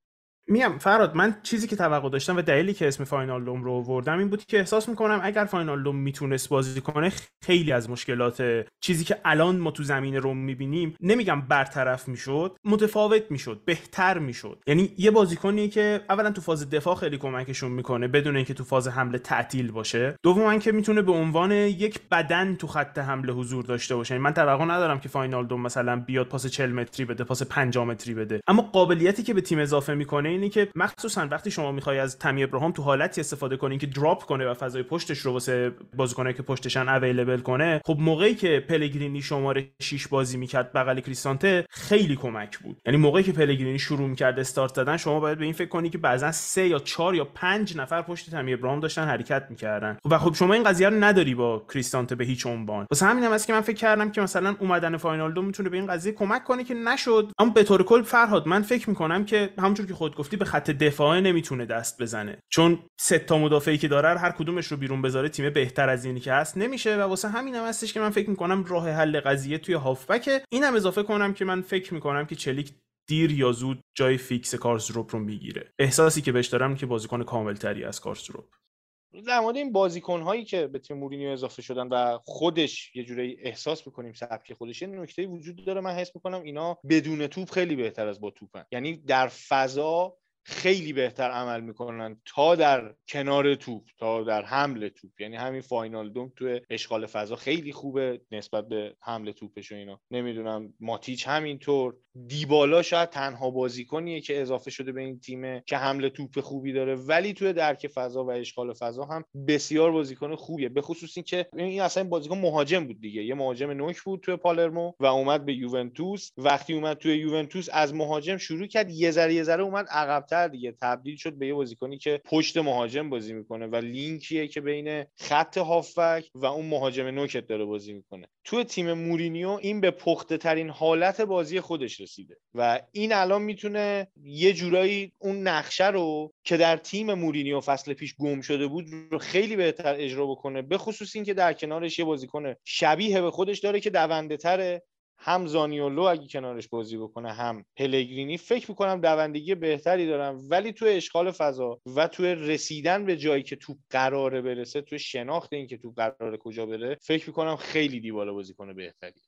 S7: میام فراد، من چیزی که توقع داشتم و دلیلی که اسم فاینالدوم رو آوردم این بود که احساس میکنم اگر فاینالدوم میتونست بازی کنه خیلی از مشکلات چیزی که الان ما تو زمین روم میبینیم، نمیگم برطرف میشد، متفاوت میشد، بهتر میشد. یعنی یه بازیکنی که اولا تو فاز دفاع خیلی کمکشون میکنه بدون اینکه تو فاز حمله تعطیل باشه، دوما که میتونه به عنوان یک بدن تو خط حمله حضور داشته باشه. من توقع ندارم که فاینالدوم مثلا بیاد پاس چهل متری بده، پاس پنجاه متری بده، اما قابلیتی که به تیم اضافه میکنه اینه که مخصوصا وقتی شما میخوای از تامی ابراهام تو حالتی استفاده کنی که دراپ کنه و فضای پشتش رو واسه بازیکنایی که پشتشن اویلیبل کنه، خب موقعی که پلگرینی شماره شش بازی میکرد بغل کریستانته خیلی کمک بود. یعنی موقعی که پلگرینی شروع میکرد استارت دادن، شما باید به این فکر کنی که بعضا سه یا چهار یا پنج نفر پشت تامی ابراهام داشتن حرکت میکردن و خب شما این قضیه رو نداری با کریستانته به هیچ عنوان. واسه همینم است که من فکر کردم که مثلا اومدن فاینالدوم میتونه به این قضیه کمک کنه که نشد. اما به طور کل فرهاد، من فکر میکنم که همونجور که خود گفتی به خط دفاع نمیتونه دست بزنه، چون سه تا مدافعی که داره هر کدومش رو بیرون بذاره تیم بهتر از اینی که هست نمیشه و واسه همینم هستش که من فکر میکنم راه حل قضیه توی هافبک. اینم اضافه کنم که من فکر میکنم که چلیک دیر یا زود جای فیکس کارسروپ رو میگیره. احساسی که بهش دارم که بازیکن کاملتری از کارسروپ.
S6: در مورد این بازیکن‌هایی که به تیم مورینیو اضافه شدن و خودش یه جوری احساس می‌کنیم سبک خودش، یه نکته وجود داره. من حس می‌کنم اینا بدون توپ خیلی بهتر از با توپن. یعنی در فضا خیلی بهتر عمل میکنن تا در کنار توپ، تا در حمله توپ. یعنی همین فاینالدوم توی اشغال فضا خیلی خوبه نسبت به حمله توپش و اینا. نمیدونم ماتیچ همینطور. دیبالا شاید تنها بازیکنیه که اضافه شده به این تیم که حمله توپ خوبی داره، ولی توی درک فضا و اشغال فضا هم بسیار بازیکن خوبیه. به خصوص این که این اصلا بازیکن مهاجم بود دیگه، یه مهاجم نوک بود توی پالرمو و اومد به یوونتوس. وقتی اومد توی یوونتوس از مهاجم شروع کرد، یه ذره یه ذره اومد عقب‌تر دیگه، تبدیل شد به یه بازیکنی که پشت مهاجم بازی میکنه و لینکیه که بین خط هافبک و اون مهاجم نوکت داره بازی میکنه. توی تیم مورینیو این به پخته ترین حالت بازی خودش رسیده و این الان میتونه یه جورایی اون نقشه رو که در تیم مورینیو فصل پیش گم شده بود رو خیلی بهتر اجرا بکنه. به خصوص این که در کنارش یه بازیکن شبیه به خودش داره که دونده تره، هم زانیولو اگه کنارش بازی بکنه هم پلگرینی. فکر میکنم دوندگی بهتری دارن، ولی تو اشغال فضا و تو رسیدن به جایی که توپ قراره برسه، تو شناخت این که توپ قراره کجا بره، فکر میکنم خیلی دیبالا بازیکن بهتری.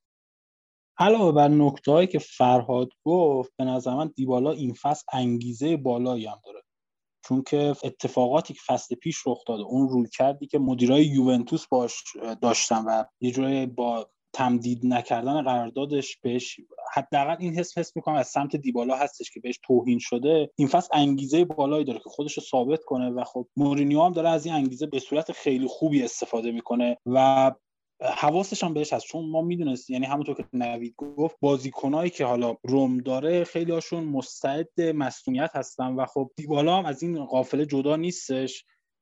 S5: علاوه بر نکته‌هایی که فرهاد گفت، به نظر من دیبالا این فصل انگیزه بالایی هم داره، چون که اتفاقاتی که فصل پیش رخ داده، اون رویکردی که مدیرای یوونتوس باش داشتن و یه جوری با تمدید نکردن قراردادش بهش، حداقل این حس حس می‌کنم از سمت دیبالا هستش که بهش توهین شده. این فصل انگیزه بالایی داره که خودش رو ثابت کنه و خب مورینیو هم داره از این انگیزه به صورت خیلی خوبی استفاده میکنه و حواسش هم بهش هست، چون ما میدونست، یعنی همونطور که نوید گفت، بازیکنایی که حالا روم داره خیلی هاشون مستعد مصونیت هستن و خب دیبالا هم از این قافله جدا نیستش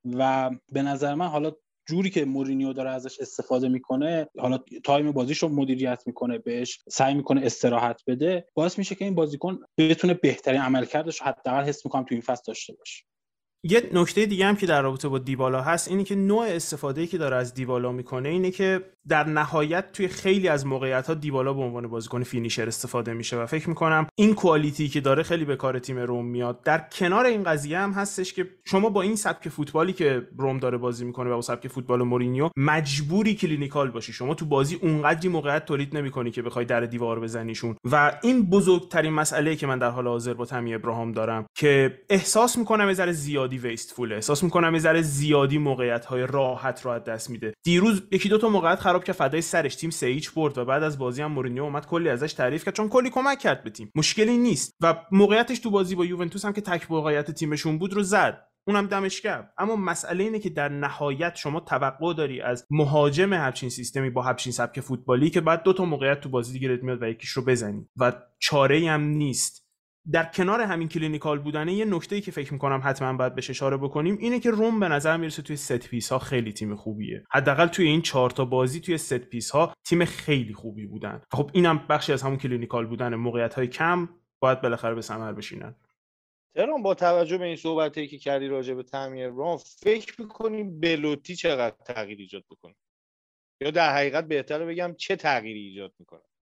S5: و به نظر من حالا جوری که مورینیو داره ازش استفاده میکنه، حالا تایم بازیش رو مدیریت میکنه، بهش سعی میکنه استراحت بده، باعث میشه که این بازیکن بتونه بهترین عملکردش رو حداقل حس میکنم تو این فصل داشته باشه.
S7: یه نکته دیگه هم که در رابطه با دیبالا هست اینه که نوع استفاده‌ای که داره از دیبالا میکنه اینه که در نهایت توی خیلی از موقعیت‌ها دیبالا به عنوان بازیکن فینیشر استفاده میشه و فکر میکنم این کوالیتی که داره خیلی به کار تیم روم میاد. در کنار این قضیه هم هستش که شما با این سبک فوتبالی که روم داره بازی میکنه و با سبک فوتبال مورینیو مجبوری کلینیکال باشی. شما تو بازی اونقدری موقعیت تولید نمیکنی که بخوای در دیوار بزنیشون و این بزرگترین مسئله‌ای که من در حال حاضر با تامی ابراهام دارم که احساس میکنم یه ذره زیادی ویستفول، احساس میکنم یه ذره زیادی موقعیت‌های راحت رو از دست میده. دیروز یکی دو تا موقعیت خراب که فدای سرش تیم سه هیچ برد و بعد از بازی هم مورینیو اومد کلی ازش تعریف کرد چون کلی کمک کرد به تیم، مشکلی نیست و موقعیتش تو بازی با یوونتوس هم که تک موقعیت تیمشون بود رو زد، اونم دمش گرم. اما مسئله اینه که در نهایت شما توقع داری از مهاجم همچین سیستمی با همچین سبک فوتبالی که بعد دو تا موقعیت تو بازی دیگه میاد و یکیش رو بزنی و چاره‌ای هم نیست. در کنار همین کلینیکال بودنه، یه نکته‌ای که فکر می‌کنم حتما باید بهش اشاره بکنیم اینه که روم به نظر میرسه توی ست پیس ها خیلی تیم خوبیه. حداقل توی این چهار تا بازی توی ست پیس ها تیم خیلی خوبی بودن. خب اینم بخشی از همون کلینیکال بودن، موقعیت‌های کم باید بالاخره به ثمر بشینن.
S6: تهران، با توجه به این صحبتایی که کردی راجع به تعمیر روم، فکر می‌کنی بلوتی چقدر تغییر ایجاد بکنه؟ یا در حقیقت بهتره بگم چه تغییری ایجاد می‌کنه؟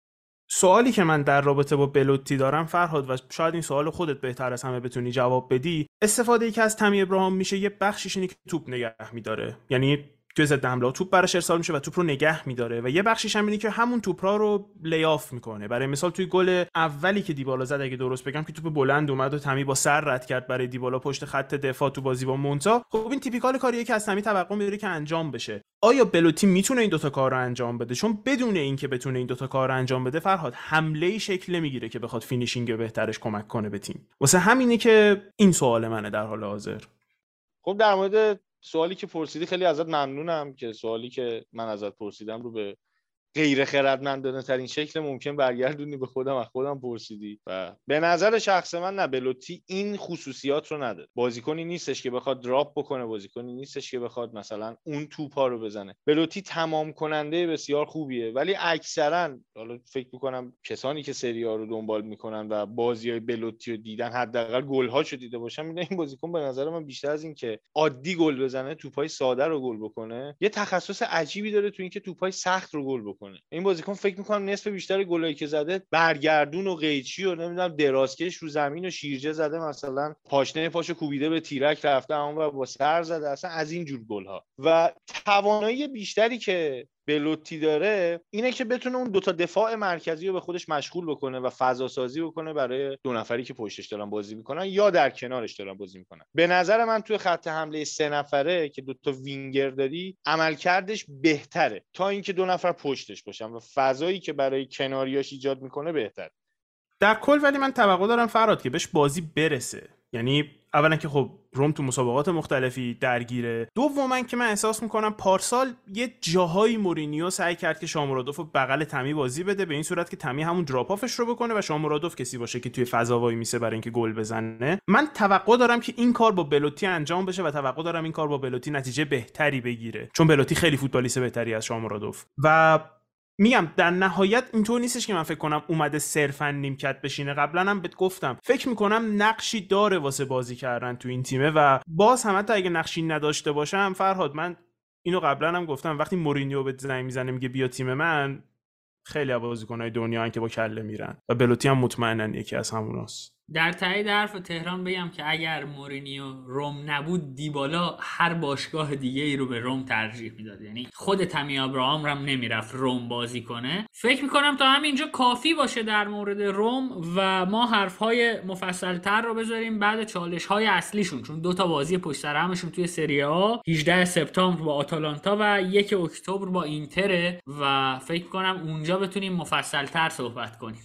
S7: سوالی که من در رابطه با بلوتی دارم فرهاد، و شاید این سوال خودت بهتر از همه بتونی جواب بدی، استفاده که از تمی ابراهام میشه یه بخشش اینه که توپ نگه میداره، یعنی توی ضد حمله توپ براش ارسال میشه و توپ رو نگه میداره، و یه بخشش هم اینه که همون توپ‌ها رو لیاف میکنه. برای مثال توی گل اولی که دیبالا زد اگه درست بگم که توپ بلند اومد و تمی با سر رد کرد برای دیبالا پشت خط دفاع تو بازی با مونتا، خب این تیپیکال کاریه که از تمی توقع میره که انجام بشه. آیا بلوتی میتونه این دوتا کار رو انجام بده؟ چون بدون اینکه بتونه این دوتا کار رو انجام بده فرهاد حمله‌ای شکل نمیگیره که بخواد فینیشینگ بهترش کمک کنه به تیم. واسه همینه که این سوال منه در حال حاضر.
S6: خب در مورد سوالی که پرسیدی خیلی ازت ممنونم که سوالی که من ازت پرسیدم رو به غیر خردمندانه ترین شکل ممکن برگردونی به خودم، از خودم پرسیدی و به نظر شخص من نه، بلوتی این خصوصیات رو نداره. بازیکنی نیستش که بخواد دراپ بکنه، بازیکنی نیستش که بخواد مثلا اون توپا رو بزنه. بلوتی تمام کننده بسیار خوبیه، ولی اکثرا حالا فکر میکنم کسانی که سری آ رو دنبال میکنن و بازیای بلوتی رو دیدن، حداقل گل‌هاشو دیده باشن، میدونن این بازیکن به نظر من بیشتر از این که عادی گل بزنه، توپای ساده رو گل بکنه، یه تخصص عجیبی داره تو اینکه توپای سخت رو گل بکنه. این بازیکن فکر میکنم نصف بیشتر گلایی که زده برگردون و قیچی و نمیدونم درازکش رو زمین و شیرجه زده، مثلا پاشنه پاشو کوبیده به تیرک رفته اون و با سر زده، اصلا از این جور گل‌ها. و توانایی بیشتری که بلوتی داره اینه که بتونه اون دوتا دفاع مرکزی رو به خودش مشغول بکنه و فضا سازی بکنه برای دو نفری که پشتش دارن بازی میکنن یا در کنارش دارن بازی میکنن. به نظر من توی خط حمله سه نفره که دوتا وینگر داری عملکردش بهتره تا اینکه دو نفر پشتش باشن و فضایی که برای کناریاش ایجاد میکنه بهتره
S7: در کل. ولی من توقع دارم فرهاد که بهش بازی برسه. یعنی اولا که خب روم تو مسابقات مختلفی درگیره، دوما که من احساس میکنم پارسال یه جاهایی مورینیو سعی کرد که شامورادوف رو بغل تمی بازی بده، به این صورت که تمی همون دراپ آفش رو بکنه و شامورادوف کسی باشه که توی فضا وای میسه برای اینکه گل بزنه. من توقع دارم که این کار با بلوتی انجام بشه و توقع دارم این کار با بلوتی نتیجه بهتری بگیره، چون بلوتی خیلی فوتبالیست بهتری از شامورادوف. و میگم در نهایت اینطور نیستش که من فکر کنم اومده صرفا نیمکت بشینه. قبلا هم بهت گفتم فکر میکنم نقشی داره واسه بازی کردن تو این تیمه و باز هم حتی اگه نقشی نداشته باشم فرهاد، من اینو قبلا هم گفتم، وقتی مورینیو به زنگ میزنه میگه بیا تیم من، خیلی از بازیکن‌های دنیا ان که با کله میرن و بلوتی هم مطمئنن یکی از هموناست.
S1: در تایید حرف تهران بگم که اگر مورینیو روم نبود دیبالا هر باشگاه دیگه ای رو به روم ترجیح میداد، یعنی خود تمی ابراهام هم نمیرفت روم بازی کنه. فکر میکنم تا همینجا کافی باشه در مورد روم و ما حرفهای مفصلتر رو بذاریم بعد چالش‌های اصلیشون، چون دو تا بازی پشت سر همشون توی سری آ هجدهم سپتامبر با آتالانتا و یک اکتبر با اینتر و فکر کنم اونجا بتونیم مفصلتر صحبت کنیم.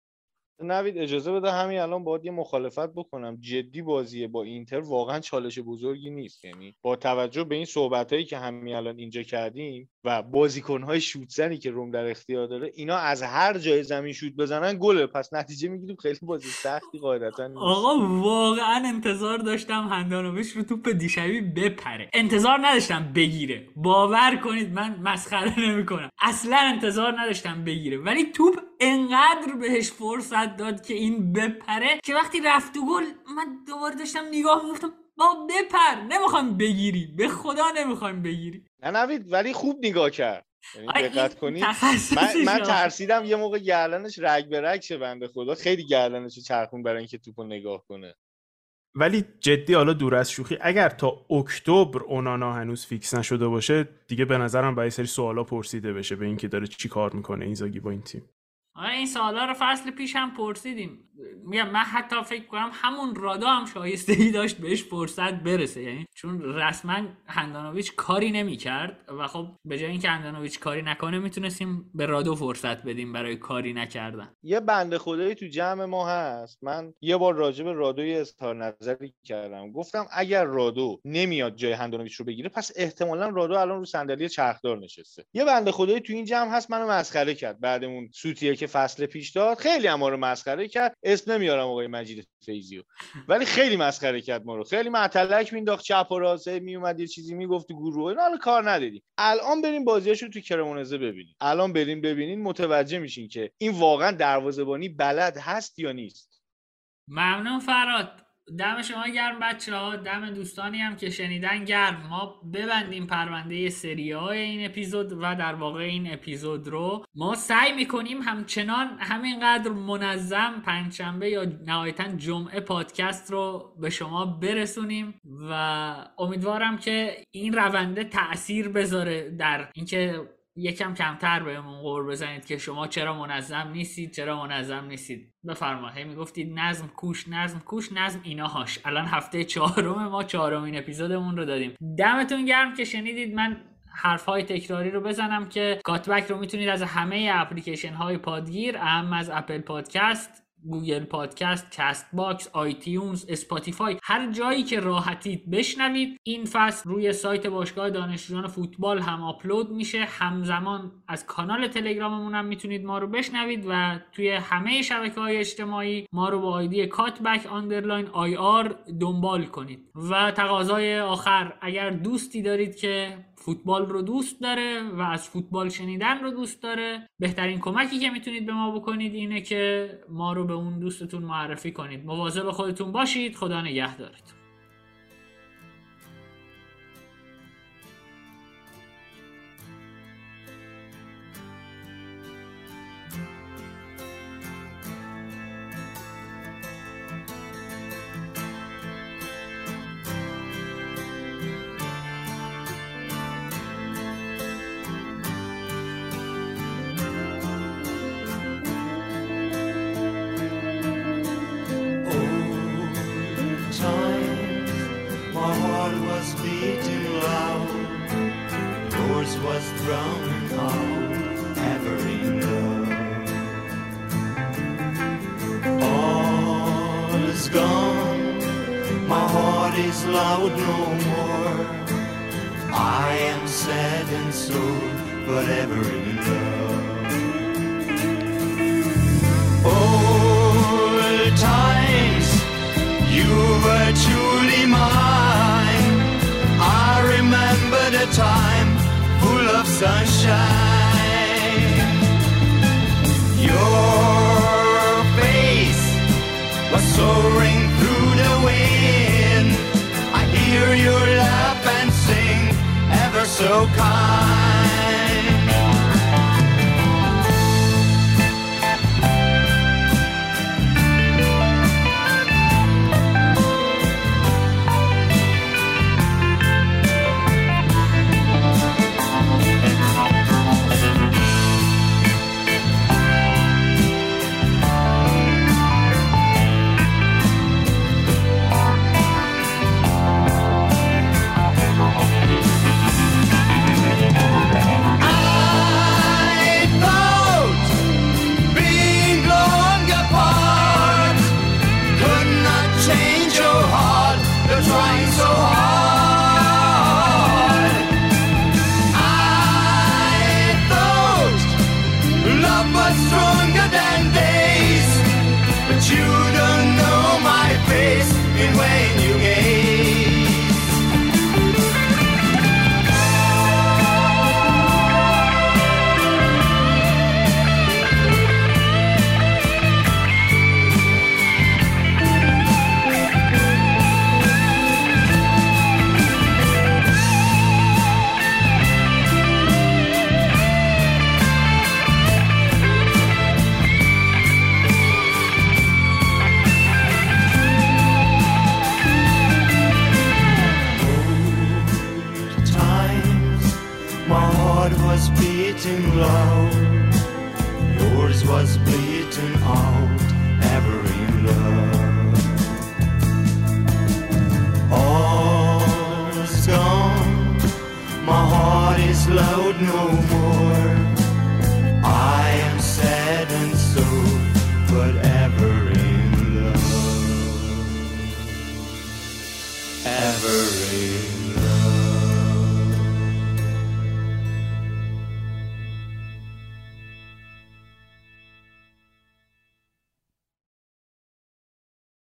S6: نوید اجازه بده همین الان باید یه مخالفت بکنم. جدی بازی با اینتر واقعا چالش بزرگی نیست، یعنی با توجه به این صحبتایی که همین الان اینجا کردیم و بازیکن‌های شوتزنی که روم در اختیار داره، اینا از هر جای زمین شوت بزنن گله، پس نتیجه میگیریم خیلی بازی سختی قاعدتا نیست.
S1: آقا واقعا انتظار داشتم هندانویچ رو توپ دیشبی بپره، انتظار نداشتم بگیره، باور کنید من مسخره نمی‌کنم، اصلا انتظار نداشتم بگیره، ولی توپ انقدر بهش فرصت داد که این بپره که وقتی رفت و گل من دوباره داشتم نگاه می‌کردم با بپر، نمیخوام بگیری، به خدا نمیخوام بگیری.
S6: نه نوید ولی خوب نگاه کرد، یعنی دقت کنی من, من
S1: شا.
S6: ترسیدم یه موقع گردنش رگ به رگ شه، بنده خدا خیلی گردنشو چرخون برای اینکه توپو نگاه کنه.
S7: ولی جدی حالا دور از شوخی، اگر تا اکتبر اونانا هنوز فیکس نشده باشه دیگه به نظرم باید سری سوالا پرسیده بشه به اینکه داره چی کار میکنه اینزاگی با این تیم.
S1: آره این سوالا رو فصل پیش هم پرسیدیم. میگم من حتی فکر کنم همون رادا هم شایستگی داشت بهش فرصت برسه، یعنی چون رسما هندانویچ کاری نمی‌کرد و خب به جای اینکه هندانویچ کاری نکنه میتونستیم به رادو فرصت بدیم برای کاری نکردن.
S6: یه بنده خدایی تو جمع ما هست، من یه بار راجع به رادو یه اظهار نظری کردم، گفتم اگر رادو نمیاد جای هندانویچ رو بگیره پس احتمالاً رادو الان رو صندلی چرخدار نشسته. یه بنده خدایی تو این جمع هست منو مسخره کرد بعد اون سوتیه که فصل پیش داد، خیلی ما رو مسخره کرد، اسم نمیارم آقای مجید فیضیو، ولی خیلی مسخره کرد ما رو، خیلی معتلک مینداخت چپ و راست، میومد یه چیزی میگفت تو گروه، اینا حالا کار ندیدیم. الان بریم بازیاشو تو کرمونزه ببینیم، الان بریم ببینین متوجه میشین که این واقعا دروازه‌بانی بلد هست یا نیست.
S1: ممنون فراد. دم شما گرم بچه ها، دم دوستانی هم که شنیدن گرم. ما ببندیم پرونده سری های این اپیزود و در واقع این اپیزود رو ما سعی میکنیم همچنان همینقدر منظم پنجشنبه یا نهایتا جمعه پادکست رو به شما برسونیم و امیدوارم که این رونده تأثیر بذاره در اینکه یکم کمتر بهمون غور بزنید که شما چرا منظم نیستید چرا منظم نیستید. بفرمایید. هی میگفتید نظم کوش نظم کوش نظم ایناهاش. الان هفته چهارم ما چهارمین اپیزودمون رو دادیم. دمتون گرم که شنیدید. من حرفهای تکراری رو بزنم که کاتبک رو میتونید از همه اپلیکیشن های پادگیر، اهم از اپل پادکست، گوگل پادکست، کست باکس، آیتیونز، اسپاتیفای، هر جایی که راحتید بشنوید. این فصل روی سایت باشگاه دانشجویان فوتبال هم آپلود میشه. همزمان از کانال تلگراممون هم میتونید ما رو بشنوید و توی همه شبکه‌های اجتماعی ما رو با آیدی کاتبک آندرلاین آی آر دنبال کنید. و تقاضای آخر، اگر دوستی دارید که فوتبال رو دوست داره و از فوتبال شنیدن رو دوست داره، بهترین کمکی که میتونید به ما بکنید اینه که ما رو به اون دوستتون معرفی کنید. مواظب خودتون باشید. خدا نگهدارتون.
S8: Was drowning out every love. All is gone, my heart is loud no more. I am sad and sore, but ever in love. Old times, you were truly mine. I remember the time full of sunshine. Your face was soaring through the wind. I hear you laugh and sing, ever so kind. Was beating loud, yours was beating out, ever in love. All is gone, my heart is loud no more. I am sad and sore, but ever in love, ever in love.